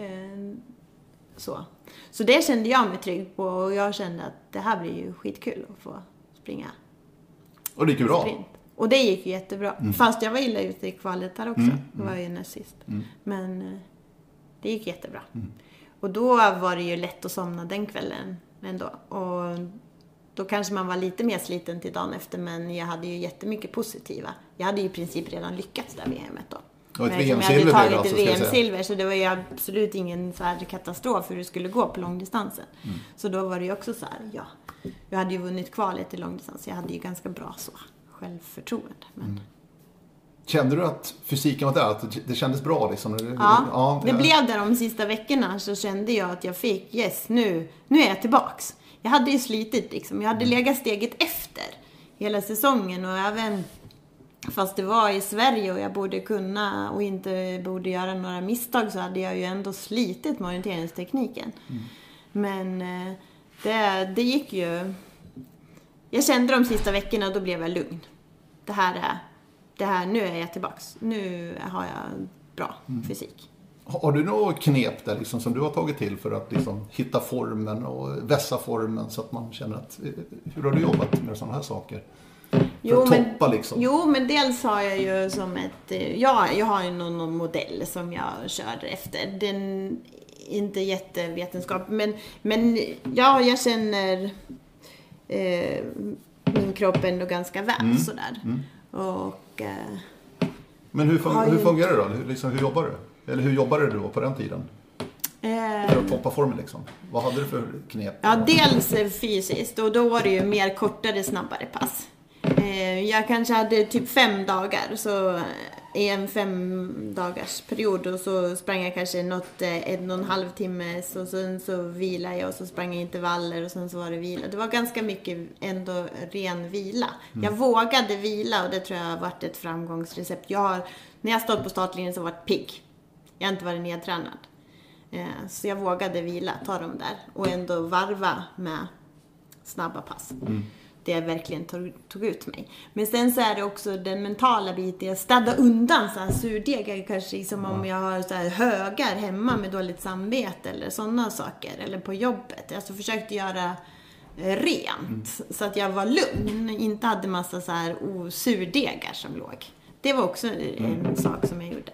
Så det kände jag mig trygg på. Och jag kände att det här blir ju skitkul att få springa. Och det gick ju bra. Sprint. Och det gick ju jättebra. Fast jag var illa ute i kvalet här också. Det var ju näst sist. Men det gick jättebra. Och då var det ju lätt att somna den kvällen ändå. Och då kanske man var lite mer sliten till dagen efter. Men jag hade ju jättemycket positiva. Jag hade ju i princip redan lyckats där VM:et då. Och ett jag VM-silver hade tagit ett VM-silver. Så det var ju absolut ingen så här katastrof hur det skulle gå på långdistansen. Så då var det ju också så här, jag hade ju vunnit kvalet i långdistans. Jag hade ju ganska bra självförtroende. Men... Kände du att fysiken var där? Att det kändes bra liksom? Ja, det blev där de sista veckorna. Så kände jag att jag fick, nu är jag tillbaks. Jag hade ju slitit liksom. Jag hade legat steget efter hela säsongen. Och även fast det var i Sverige och jag borde kunna och inte borde göra några misstag, så hade jag ju ändå slitit med orienteringstekniken. Men det gick ju... Jag kände de sista veckorna, då blev jag lugn. Det här, nu är jag tillbaks. Nu har jag bra fysik. Har du något knep där liksom, som du har tagit till för att liksom, hitta formen och vässa formen så att man känner att... Hur har du jobbat med sådana här saker? Jo, men dels har jag ju som jag har ju någon modell som jag kör efter. Den är inte jättevetenskap, men jag känner min kropp ändå ganska väl sådär. Och, men hur fungerar det då? Hur jobbar du? Eller hur jobbade du då på den tiden? För att toppa formen liksom. Vad hade du för knep? Ja, dels fysiskt. Och då var det ju mer kortare, snabbare pass. Jag kanske hade typ 5 dagar. Så i en 5 dagars period. Och så sprang jag kanske 1,5 timme. Och sen så vilade jag och så sprang jag intervaller. Och sen så var det vila. Det var ganska mycket ändå ren vila. Jag vågade vila och det tror jag har varit ett framgångsrecept. När jag stått på startlinjen så har jag varit pigg. Jag har inte varit nedtränad. Så jag vågade vila, ta dem där. Och ändå varva med snabba pass. Det verkligen tog ut mig. Men sen så är det också den mentala biten. Jag städar undan så här surdegar kanske. Som om jag har så här högar hemma med dåligt samvete. Eller sådana saker. Eller på jobbet. Alltså försökte göra rent. Så att jag var lugn. Inte hade massa så här surdegar som låg. Det var också en sak som jag gjorde.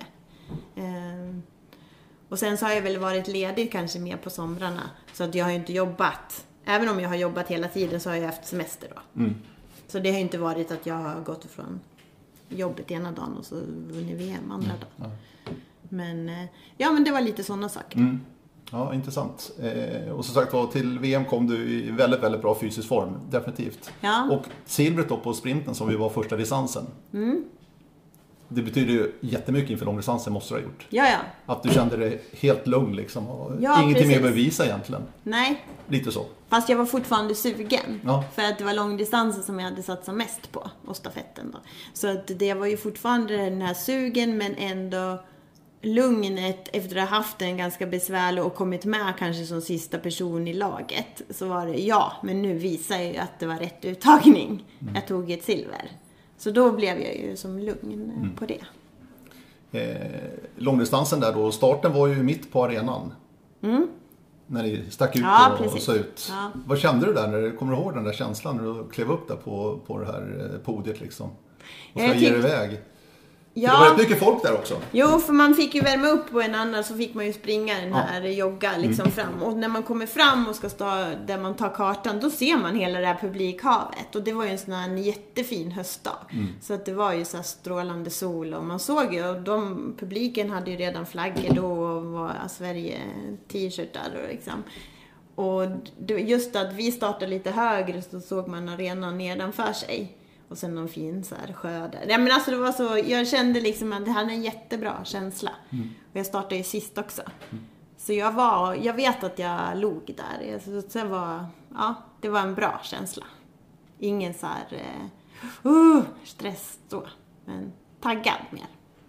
Och sen så har jag väl varit ledig kanske mer på somrarna. Så att jag har ju inte jobbat. Även om jag har jobbat hela tiden så har jag haft semester då. Så det har ju inte varit att jag har gått från jobbet ena dagen och så vunnit VM andra dagen. Men det var lite sådana saker. Ja, intressant. Och som sagt till VM kom du i väldigt, väldigt bra fysisk form. Definitivt. Ja. Och silvret då på sprinten som vi var första distansen. Det betyder ju jättemycket inför långdistansen, måste du ha gjort. Ja. Att du kände dig helt lugn liksom. Och ingenting mer att bevisa egentligen. Nej. Lite så. Fast jag var fortfarande sugen. Ja. För att det var långdistansen som jag hade satsat mest på. Och stafetten då. Så att det var ju fortfarande den här sugen, men ändå lugnet efter att ha haft en ganska besvärlig och kommit med kanske som sista person i laget. Så var det, men nu visar jag ju att det var rätt uttagning. Jag tog ett silver. Så då blev jag ju som lugn på det. Långdistansen där då, starten var ju mitt på arenan. När ni stack ut och så ut. Ja. Vad kände du där? Kommer du ihåg den där känslan när du klev upp där på det här podiet liksom? Och ska ge dig iväg? Ja. Det var rätt mycket folk där också. Jo, för man fick ju värma upp på en annan, så fick man ju springa den här jogga liksom fram. Och när man kommer fram och ska stå där man tar kartan, då ser man hela det här publikhavet. Och det var ju en sån här jättefin höstdag. Så att det var ju så här strålande sol. Och man såg ju, och publiken hade ju redan flaggor då och var Sverige t-shirtar och liksom. Och just att vi startade lite högre så såg man arenan nedanför sig. Och sen någon fin så här sjö där. Ja, men alltså det var så, jag kände liksom att det hade en jättebra känsla. Och jag startade ju sist också. Så jag vet att jag låg där. Så det var en bra känsla. Ingen så här stress då. Men taggad mer.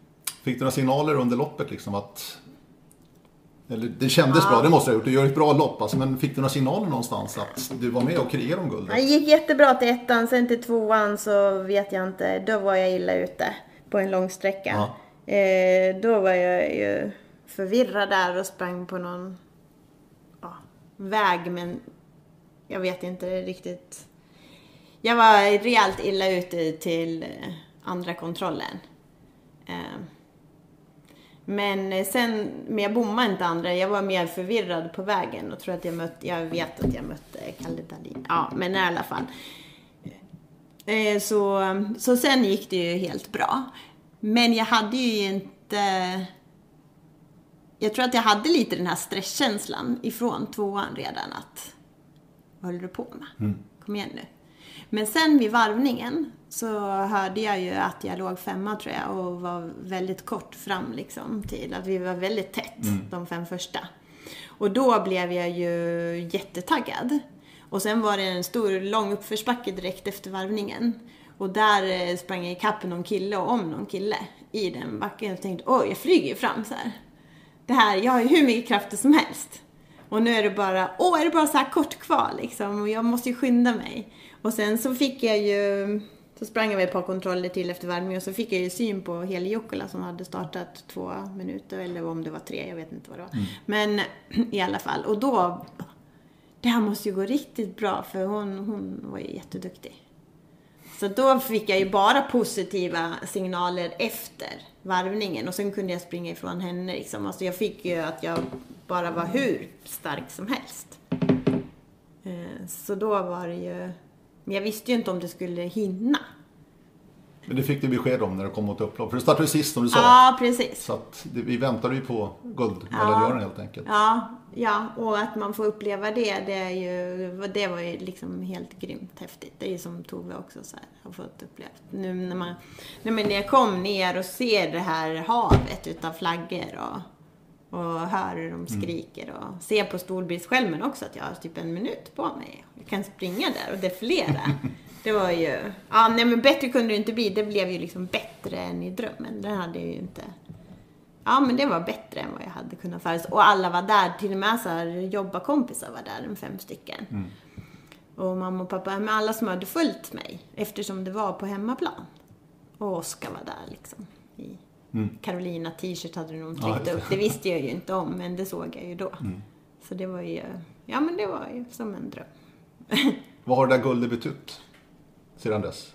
Fick du några signaler under loppet liksom att... Eller det kändes bra, det måste du ha gjort. Du gör ett bra lopp alltså, men fick du några signaler någonstans att du var med och krigade om guldet? Det gick jättebra till 1:an, sen till 2:an så vet jag inte. Då var jag illa ute på en lång sträcka. Då var jag ju förvirrad där och sprang på någon väg, men jag vet inte riktigt. Jag var rejält illa ute till andra kontrollen. Men jag bommade inte andra. Jag var mer förvirrad på vägen och tror att jag vet att jag mötte Kalle Dahlin. Ja, men i alla fall. Så sen gick det ju helt bra. Men jag hade ju inte... Jag tror att jag hade lite den här stresskänslan ifrån 2:an redan att... Vad håller du på med? Kom igen nu. Men sen vid varvningen så hörde jag ju att jag låg 5:a tror jag och var väldigt kort fram liksom till att vi var väldigt tätt de 5 första. Och då blev jag ju jättetaggad. Och sen var det en stor lång uppförsbacke direkt efter varvningen. Och där sprang jag i kapp någon kille och om någon kille i den backen och tänkte, jag flyger ju fram så här. Det här, jag har ju hur mycket krafter som helst. Och nu är det bara så här kort kvar liksom och jag måste ju skynda mig. Och sen så fick jag ju, så sprang jag ett par kontroller till efter varvningen och så fick jag ju syn på Heli Jukkola som hade startat 2 minuter eller om det var 3, jag vet inte vad det var. Men i alla fall, och då, det här måste ju gå riktigt bra för hon var ju jätteduktig. Så då fick jag ju bara positiva signaler efter varvningen och sen kunde jag springa ifrån henne liksom. Alltså jag fick ju att jag bara var hur stark som helst. Så då var det ju... Men jag visste ju inte om det skulle hinna. Men det fick du besked om när du kom mot upplopp. För du startade ju sist som du sa. Ja, precis. Så att vi väntade ju på guldmedaljören helt enkelt. Ja, och att man får uppleva det var ju liksom helt grymt häftigt. Det är ju som Tove också så här, har fått uppleva. Nu när jag kom ner och ser det här havet utav flaggor och hör hur de skriker och ser på storbildsskärmen också att jag har typ 1 minut på mig. Jag kan springa där och defilera. Det var ju... men bättre kunde det inte bli. Det blev ju liksom bättre än i drömmen. Den hade ju inte... Ja, men det var bättre än vad jag hade kunnat föreställa. Och alla var där. Till och med så här jobbarkompisar var där, 5 stycken. Och mamma och pappa, med alla som hade följt mig. Eftersom det var på hemmaplan. Och Oskar var där liksom. I Carolina t-shirt hade de tryckt upp. Det visste jag ju inte om, men det såg jag ju då. Så det var ju... Ja, men det var ju som en dröm. Vad har det där guldet betytt sedan dess?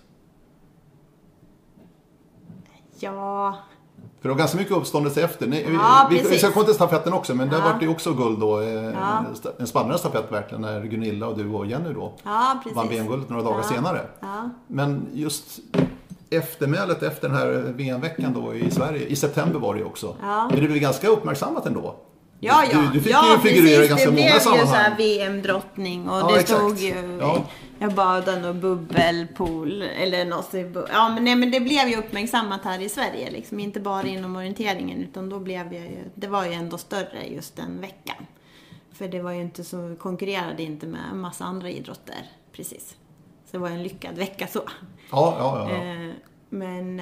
Ja... För det var ganska mycket uppståndelse efter. Vi ska komma till stafetten också, men där var det också guld då. En spännande stafett verkligen när Gunilla och du och Jenny då vann VM-guldet några dagar senare. Men just eftermälet efter den här VM-veckan då i Sverige, i september var det också. Men det blev ganska uppmärksammat ändå. Du fick ju figurera i ganska många sammanhang. Det blev ju så här VM-drottning och det stod ju... Jag badade och bubbelpool eller något. Men det blev ju uppmärksammat här i Sverige liksom, inte bara inom orienteringen utan då blev det var ju ändå större just den veckan. För det var ju inte så, konkurrerade inte med en massa andra idrotter precis. Så det var en lyckad vecka så. Ja. Men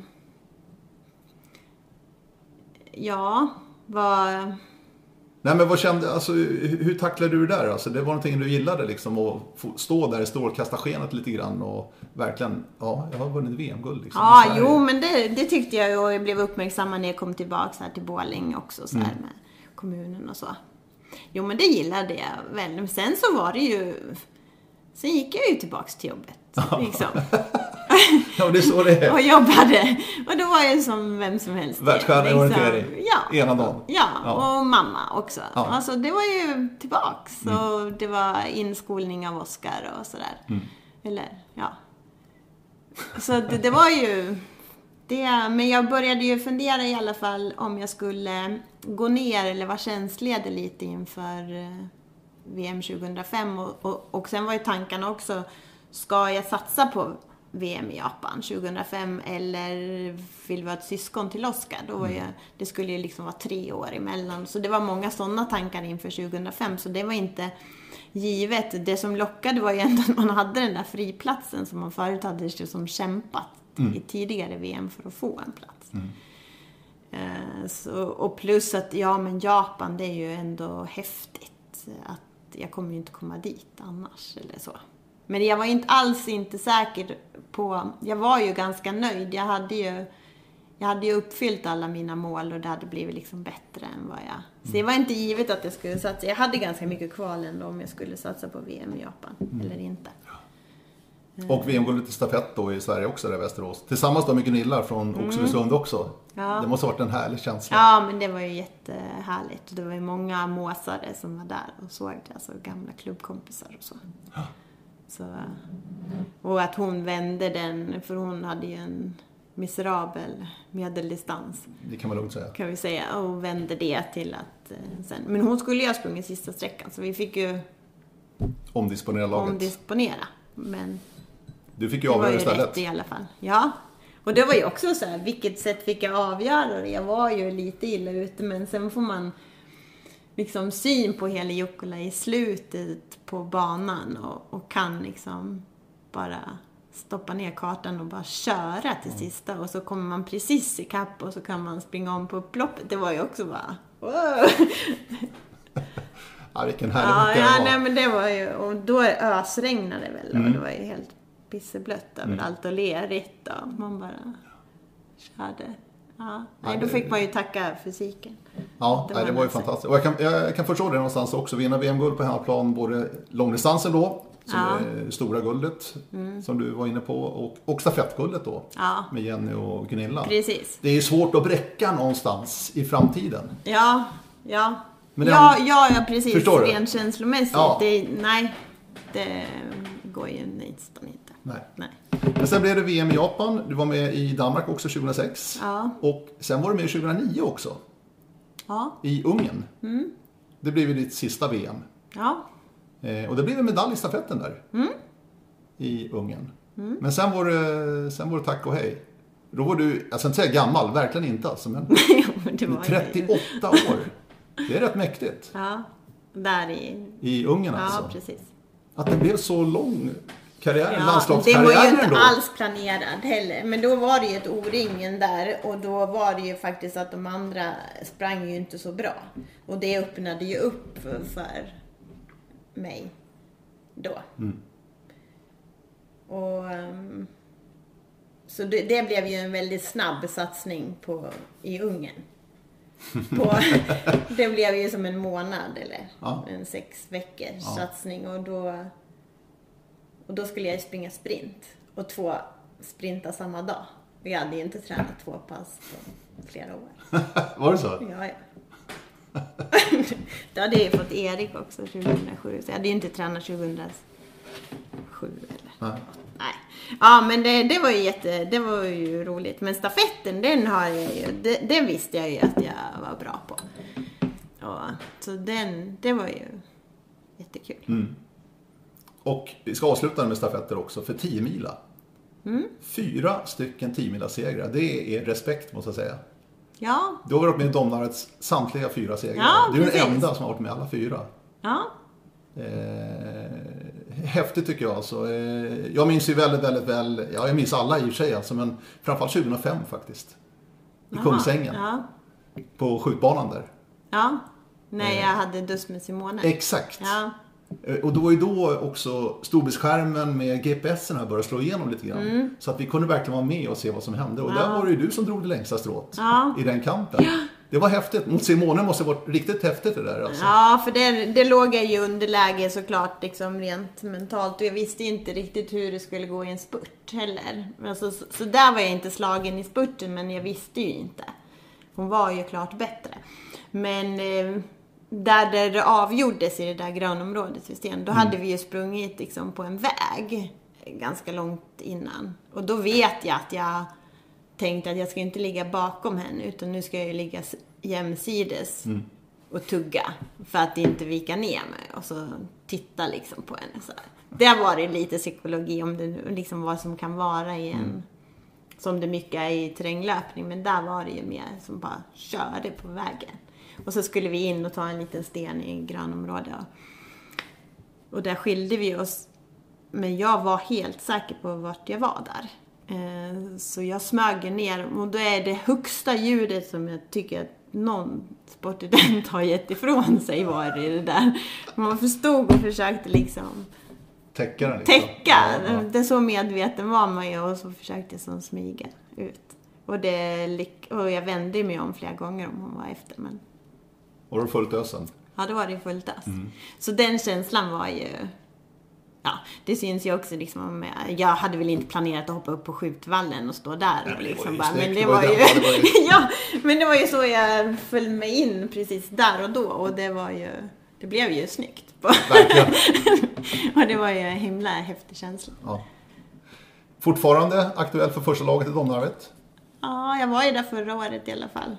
Nej, men vad kände, alltså, hur tacklade du det där? Alltså, det var någonting du gillade liksom, att stå där i strålkastarskenet lite grann och verkligen, jag har vunnit VM-guld liksom. Men det tyckte jag och jag blev uppmärksammad när jag kom tillbaka här till Borlänge också så här med kommunen och så. Jo, men det gillade jag väl. Men sen så var det ju, sen gick jag ju tillbaks till jobbet liksom. Ja, det är så det är. Och jobbade. Och då var jag som vem som helst. Världsstjärna i orientering. Ena dagen. Ja, och mamma också. Alltså det var ju tillbaks. Och det var inskolning av Oskar och sådär. Eller, Så det var ju... Men jag började ju fundera i alla fall om jag skulle gå ner eller vara tjänstledig lite inför VM 2005. Och sen var ju tankarna också, ska jag satsa på VM i Japan 2005 eller vill vi ha ett syskon till Oskar? Då var det skulle ju liksom vara 3 år emellan. Så det var många sådana tankar inför 2005. Så det var inte givet. Det som lockade var ju ändå att man hade den där friplatsen som man förut hade som kämpat i tidigare VM för att få en plats. Och plus att, men Japan, det är ju ändå häftigt. Att jag kommer ju inte komma dit annars eller så. Men jag var inte säker på, jag var ju ganska nöjd. Jag hade ju uppfyllt alla mina mål och det hade blivit liksom bättre än vad jag... Så det var inte givet att jag skulle satsa. Jag hade ganska mycket kval ändå om jag skulle satsa på VM i Japan eller inte. Och VM-guldet i stafett då i Sverige också där i Västerås. Tillsammans då med Gunilla från Oxelösund också. Ja. Det måste ha varit en härlig känsla. Ja, men det var ju jättehärligt. Det var ju många måsare som var där och såg det. Alltså gamla klubbkompisar och så. Ja. Och att hon vände den, för hon hade ju en miserabel medeldistans. Det kan man lugnt säga. Kan vi säga. Och vände det till att sen... Men hon skulle ju ha sprungit sista sträckan, så vi fick ju... Omdisponera laget. Men... Du fick ju avgöra istället. Det var ju rätt i alla fall. Ja. Och det var ju också så här, vilket sätt fick jag avgöra det? Jag var ju lite illa ute, men sen får man liksom syn på hela Jukkola i slutet på banan och kan liksom bara stoppa ner kartan och bara köra till sista, och så kommer man precis i kapp och så kan man springa om på upploppet. Det var ju också bara wow. Ja, vilken härlig nej, men det var ju, och då ösregnade det väl och det var ju helt pisseblött överallt och lerigt och man bara körde. Ja, nej, då fick man ju tacka fysiken. Ja, det var ju fantastiskt. Och jag kan förstå det någonstans också. Vinna VM-guld på hemmaplan, både långdistansen då, som är stora guldet, som du var inne på, och stafettguldet då, med Jenny och Gunilla. Precis. Det är svårt att bräcka någonstans i framtiden. Ja. Men ja, precis. Förstår du? Rent känslomässigt. Ja. Det går ju nästan inte. Nej. Men sen blev det VM i Japan. Du var med i Danmark också 2006. Ja. Och sen var du med 2009 också. Ja. I Ungern. Det blev ju ditt sista VM. Ja. Och det blev en medalj i stafetten där. I Ungern. Men sen var det tack och hej. Då var du, jag ska inte säga gammal, verkligen inte alltså, men det var 38 år. Det är rätt mäktigt. Ja, där i Ungern alltså. Ja, precis. Att det blev så lång karriär, landslagskarriär. Det var ju inte alls planerad heller. Men då var det ju ett O-ringen där. Och då var det ju faktiskt att de andra sprang ju inte så bra. Och det öppnade ju upp för mig då. Och så det blev ju en väldigt snabb satsning i Ungern. Det blev ju som en månad eller en 6 veckors satsning, och då skulle jag springa sprint och 2 sprintar samma dag. Vi hade ju inte tränat 2 pass på flera år. Var det så? Ja. Då hade jag ju fått Erik också 2007, så jag hade ju inte tränat 2007 eller. Nej. Ja, men det var ju det var ju roligt. Men stafetten, den har jag ju, den visste jag ju att jag var bra på. Och, så det var ju jättekul. Och vi ska avsluta med stafetter också för 10 mila. 4 stycken 10 mila segrar. Det är respekt, måste jag säga. Ja. Du har varit med i Domnarvets samtliga 4 segrar. Ja, du är den enda som har varit med alla 4. Ja. Häftigt tycker jag alltså. Jag minns ju väldigt väl, jag minns alla i och för sig alltså, men framförallt 2005 faktiskt. I Kungsängen. Ja. På skjutbanan där. Ja, när jag hade dus med Simone. Exakt. Ja. Och då var ju då också storbildsskärmen med GPSen här började slå igenom lite grann. Så att vi kunde verkligen vara med och se vad som hände. Och där var det ju du som drog det längsta strået i den kampen. Ja. Det var häftigt. Mot Simone måste ha varit riktigt häftigt det där alltså. Ja, för det låg jag ju underläge såklart liksom rent mentalt. Och jag visste inte riktigt hur det skulle gå i en spurt heller. Alltså, så där var jag inte slagen i spurten, men jag visste ju inte. Hon var ju klart bättre. Men där det avgjordes i det där grönområdet vid Sten, då hade vi ju sprungit liksom på en väg ganska långt innan. Och då vet jag att jag tänkte att jag ska inte ligga bakom henne, utan nu ska jag ligga jämsides och tugga för att inte vika ner mig och så titta liksom på henne så här. Där var det lite psykologi om det liksom vad som kan vara i en som det mycket är i terränglöpning, men där var det ju mer som bara körde på vägen. Och så skulle vi in och ta en liten sten i grönområdet. Och där skilde vi oss. Men jag var helt säker på vart jag var där. Så jag smög ner, och då är det högsta ljudet som jag tycker att någon sportstudent har gett ifrån sig var det där. Man förstod och försökte liksom täcka den liksom. Ja. Det är så medveten var man ju, och så försökte jag som smyga ut. Och jag vände mig om flera gånger om hon var efter. Men... Var det fullt ösen? Ja, det var det fullt ös. Så den känslan var ju... Ja, det syns ju också liksom, jag hade väl inte planerat att hoppa upp på skjutvallen och stå där. Nej, liksom, men det var ju ja, men det var ju så jag föll mig in precis där och då. Och det blev ju snyggt. Verkligen. Och det var ju en himla häftig känsla. Ja. Fortfarande aktuell för första laget i Domnarvet? Ja, jag var ju där förra året i alla fall.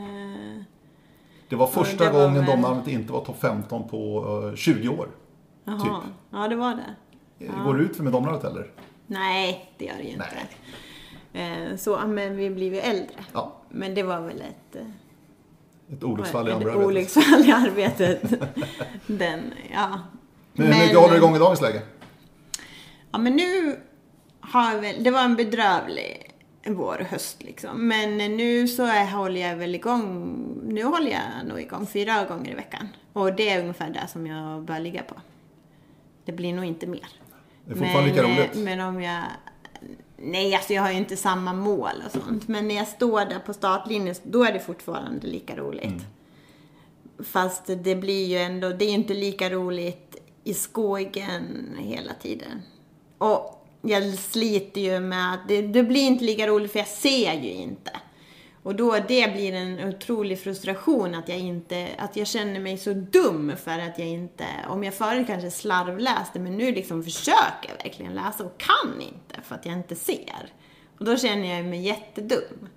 Det var första gången Domnarvet inte var topp 15 på 20 år. Jaha. Typ. Ja, det var det. Går det ut för med Domnarvet eller? Nej, det gör det ju inte. Så, men vi blev ju äldre. Ja. Men det var väl ett olycksfall i ett arbetet. Olycksfall i arbetet. Men hur mycket håller du igång i dagens läge? Ja, men nu det var en bedrövlig vår och höst liksom. Men nu så håller jag väl igång. Nu håller jag nog igång 4 gånger i veckan. Och det är ungefär det som jag bör ligga på. Det blir nog inte mer. Det är fortfarande lika roligt. Men om jag... Nej, alltså jag har ju inte samma mål och sånt. Men när jag står där på startlinjen, då är det fortfarande lika roligt. Fast det blir ju ändå... Det är inte lika roligt i skogen hela tiden. Och jag sliter ju med att det blir inte lika roligt, för jag ser ju inte. Och då det blir en otrolig frustration att jag känner mig så dum för att jag inte, om jag förut kanske slarvläste, men nu liksom försöker jag verkligen läsa och kan inte för att jag inte ser. Och då känner jag mig jättedum.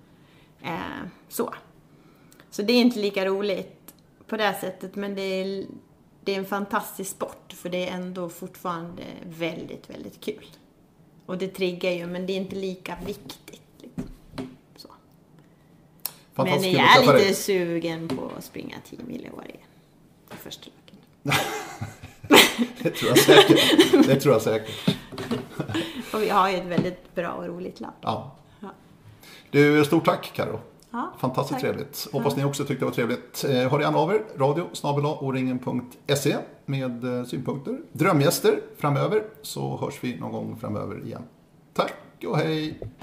Så det är inte lika roligt på det sättet, men det är en fantastisk sport, för det är ändå fortfarande väldigt, väldigt kul. Och det triggar ju, men det är inte lika viktigt. Liksom. Så. Men jag är lite sugen på att springa 10 mil i år igen. För första lagen. Det tror jag säkert. Och vi har ju ett väldigt bra och roligt lag. Ja. Du, stort tack Karo. Ja, fantastiskt tack. Trevligt. Hoppas ni också tyckte det var trevligt. Hör gärna av er, radio@oringen.se med synpunkter. Drömgäster framöver, så hörs vi någon gång framöver igen. Tack och hej!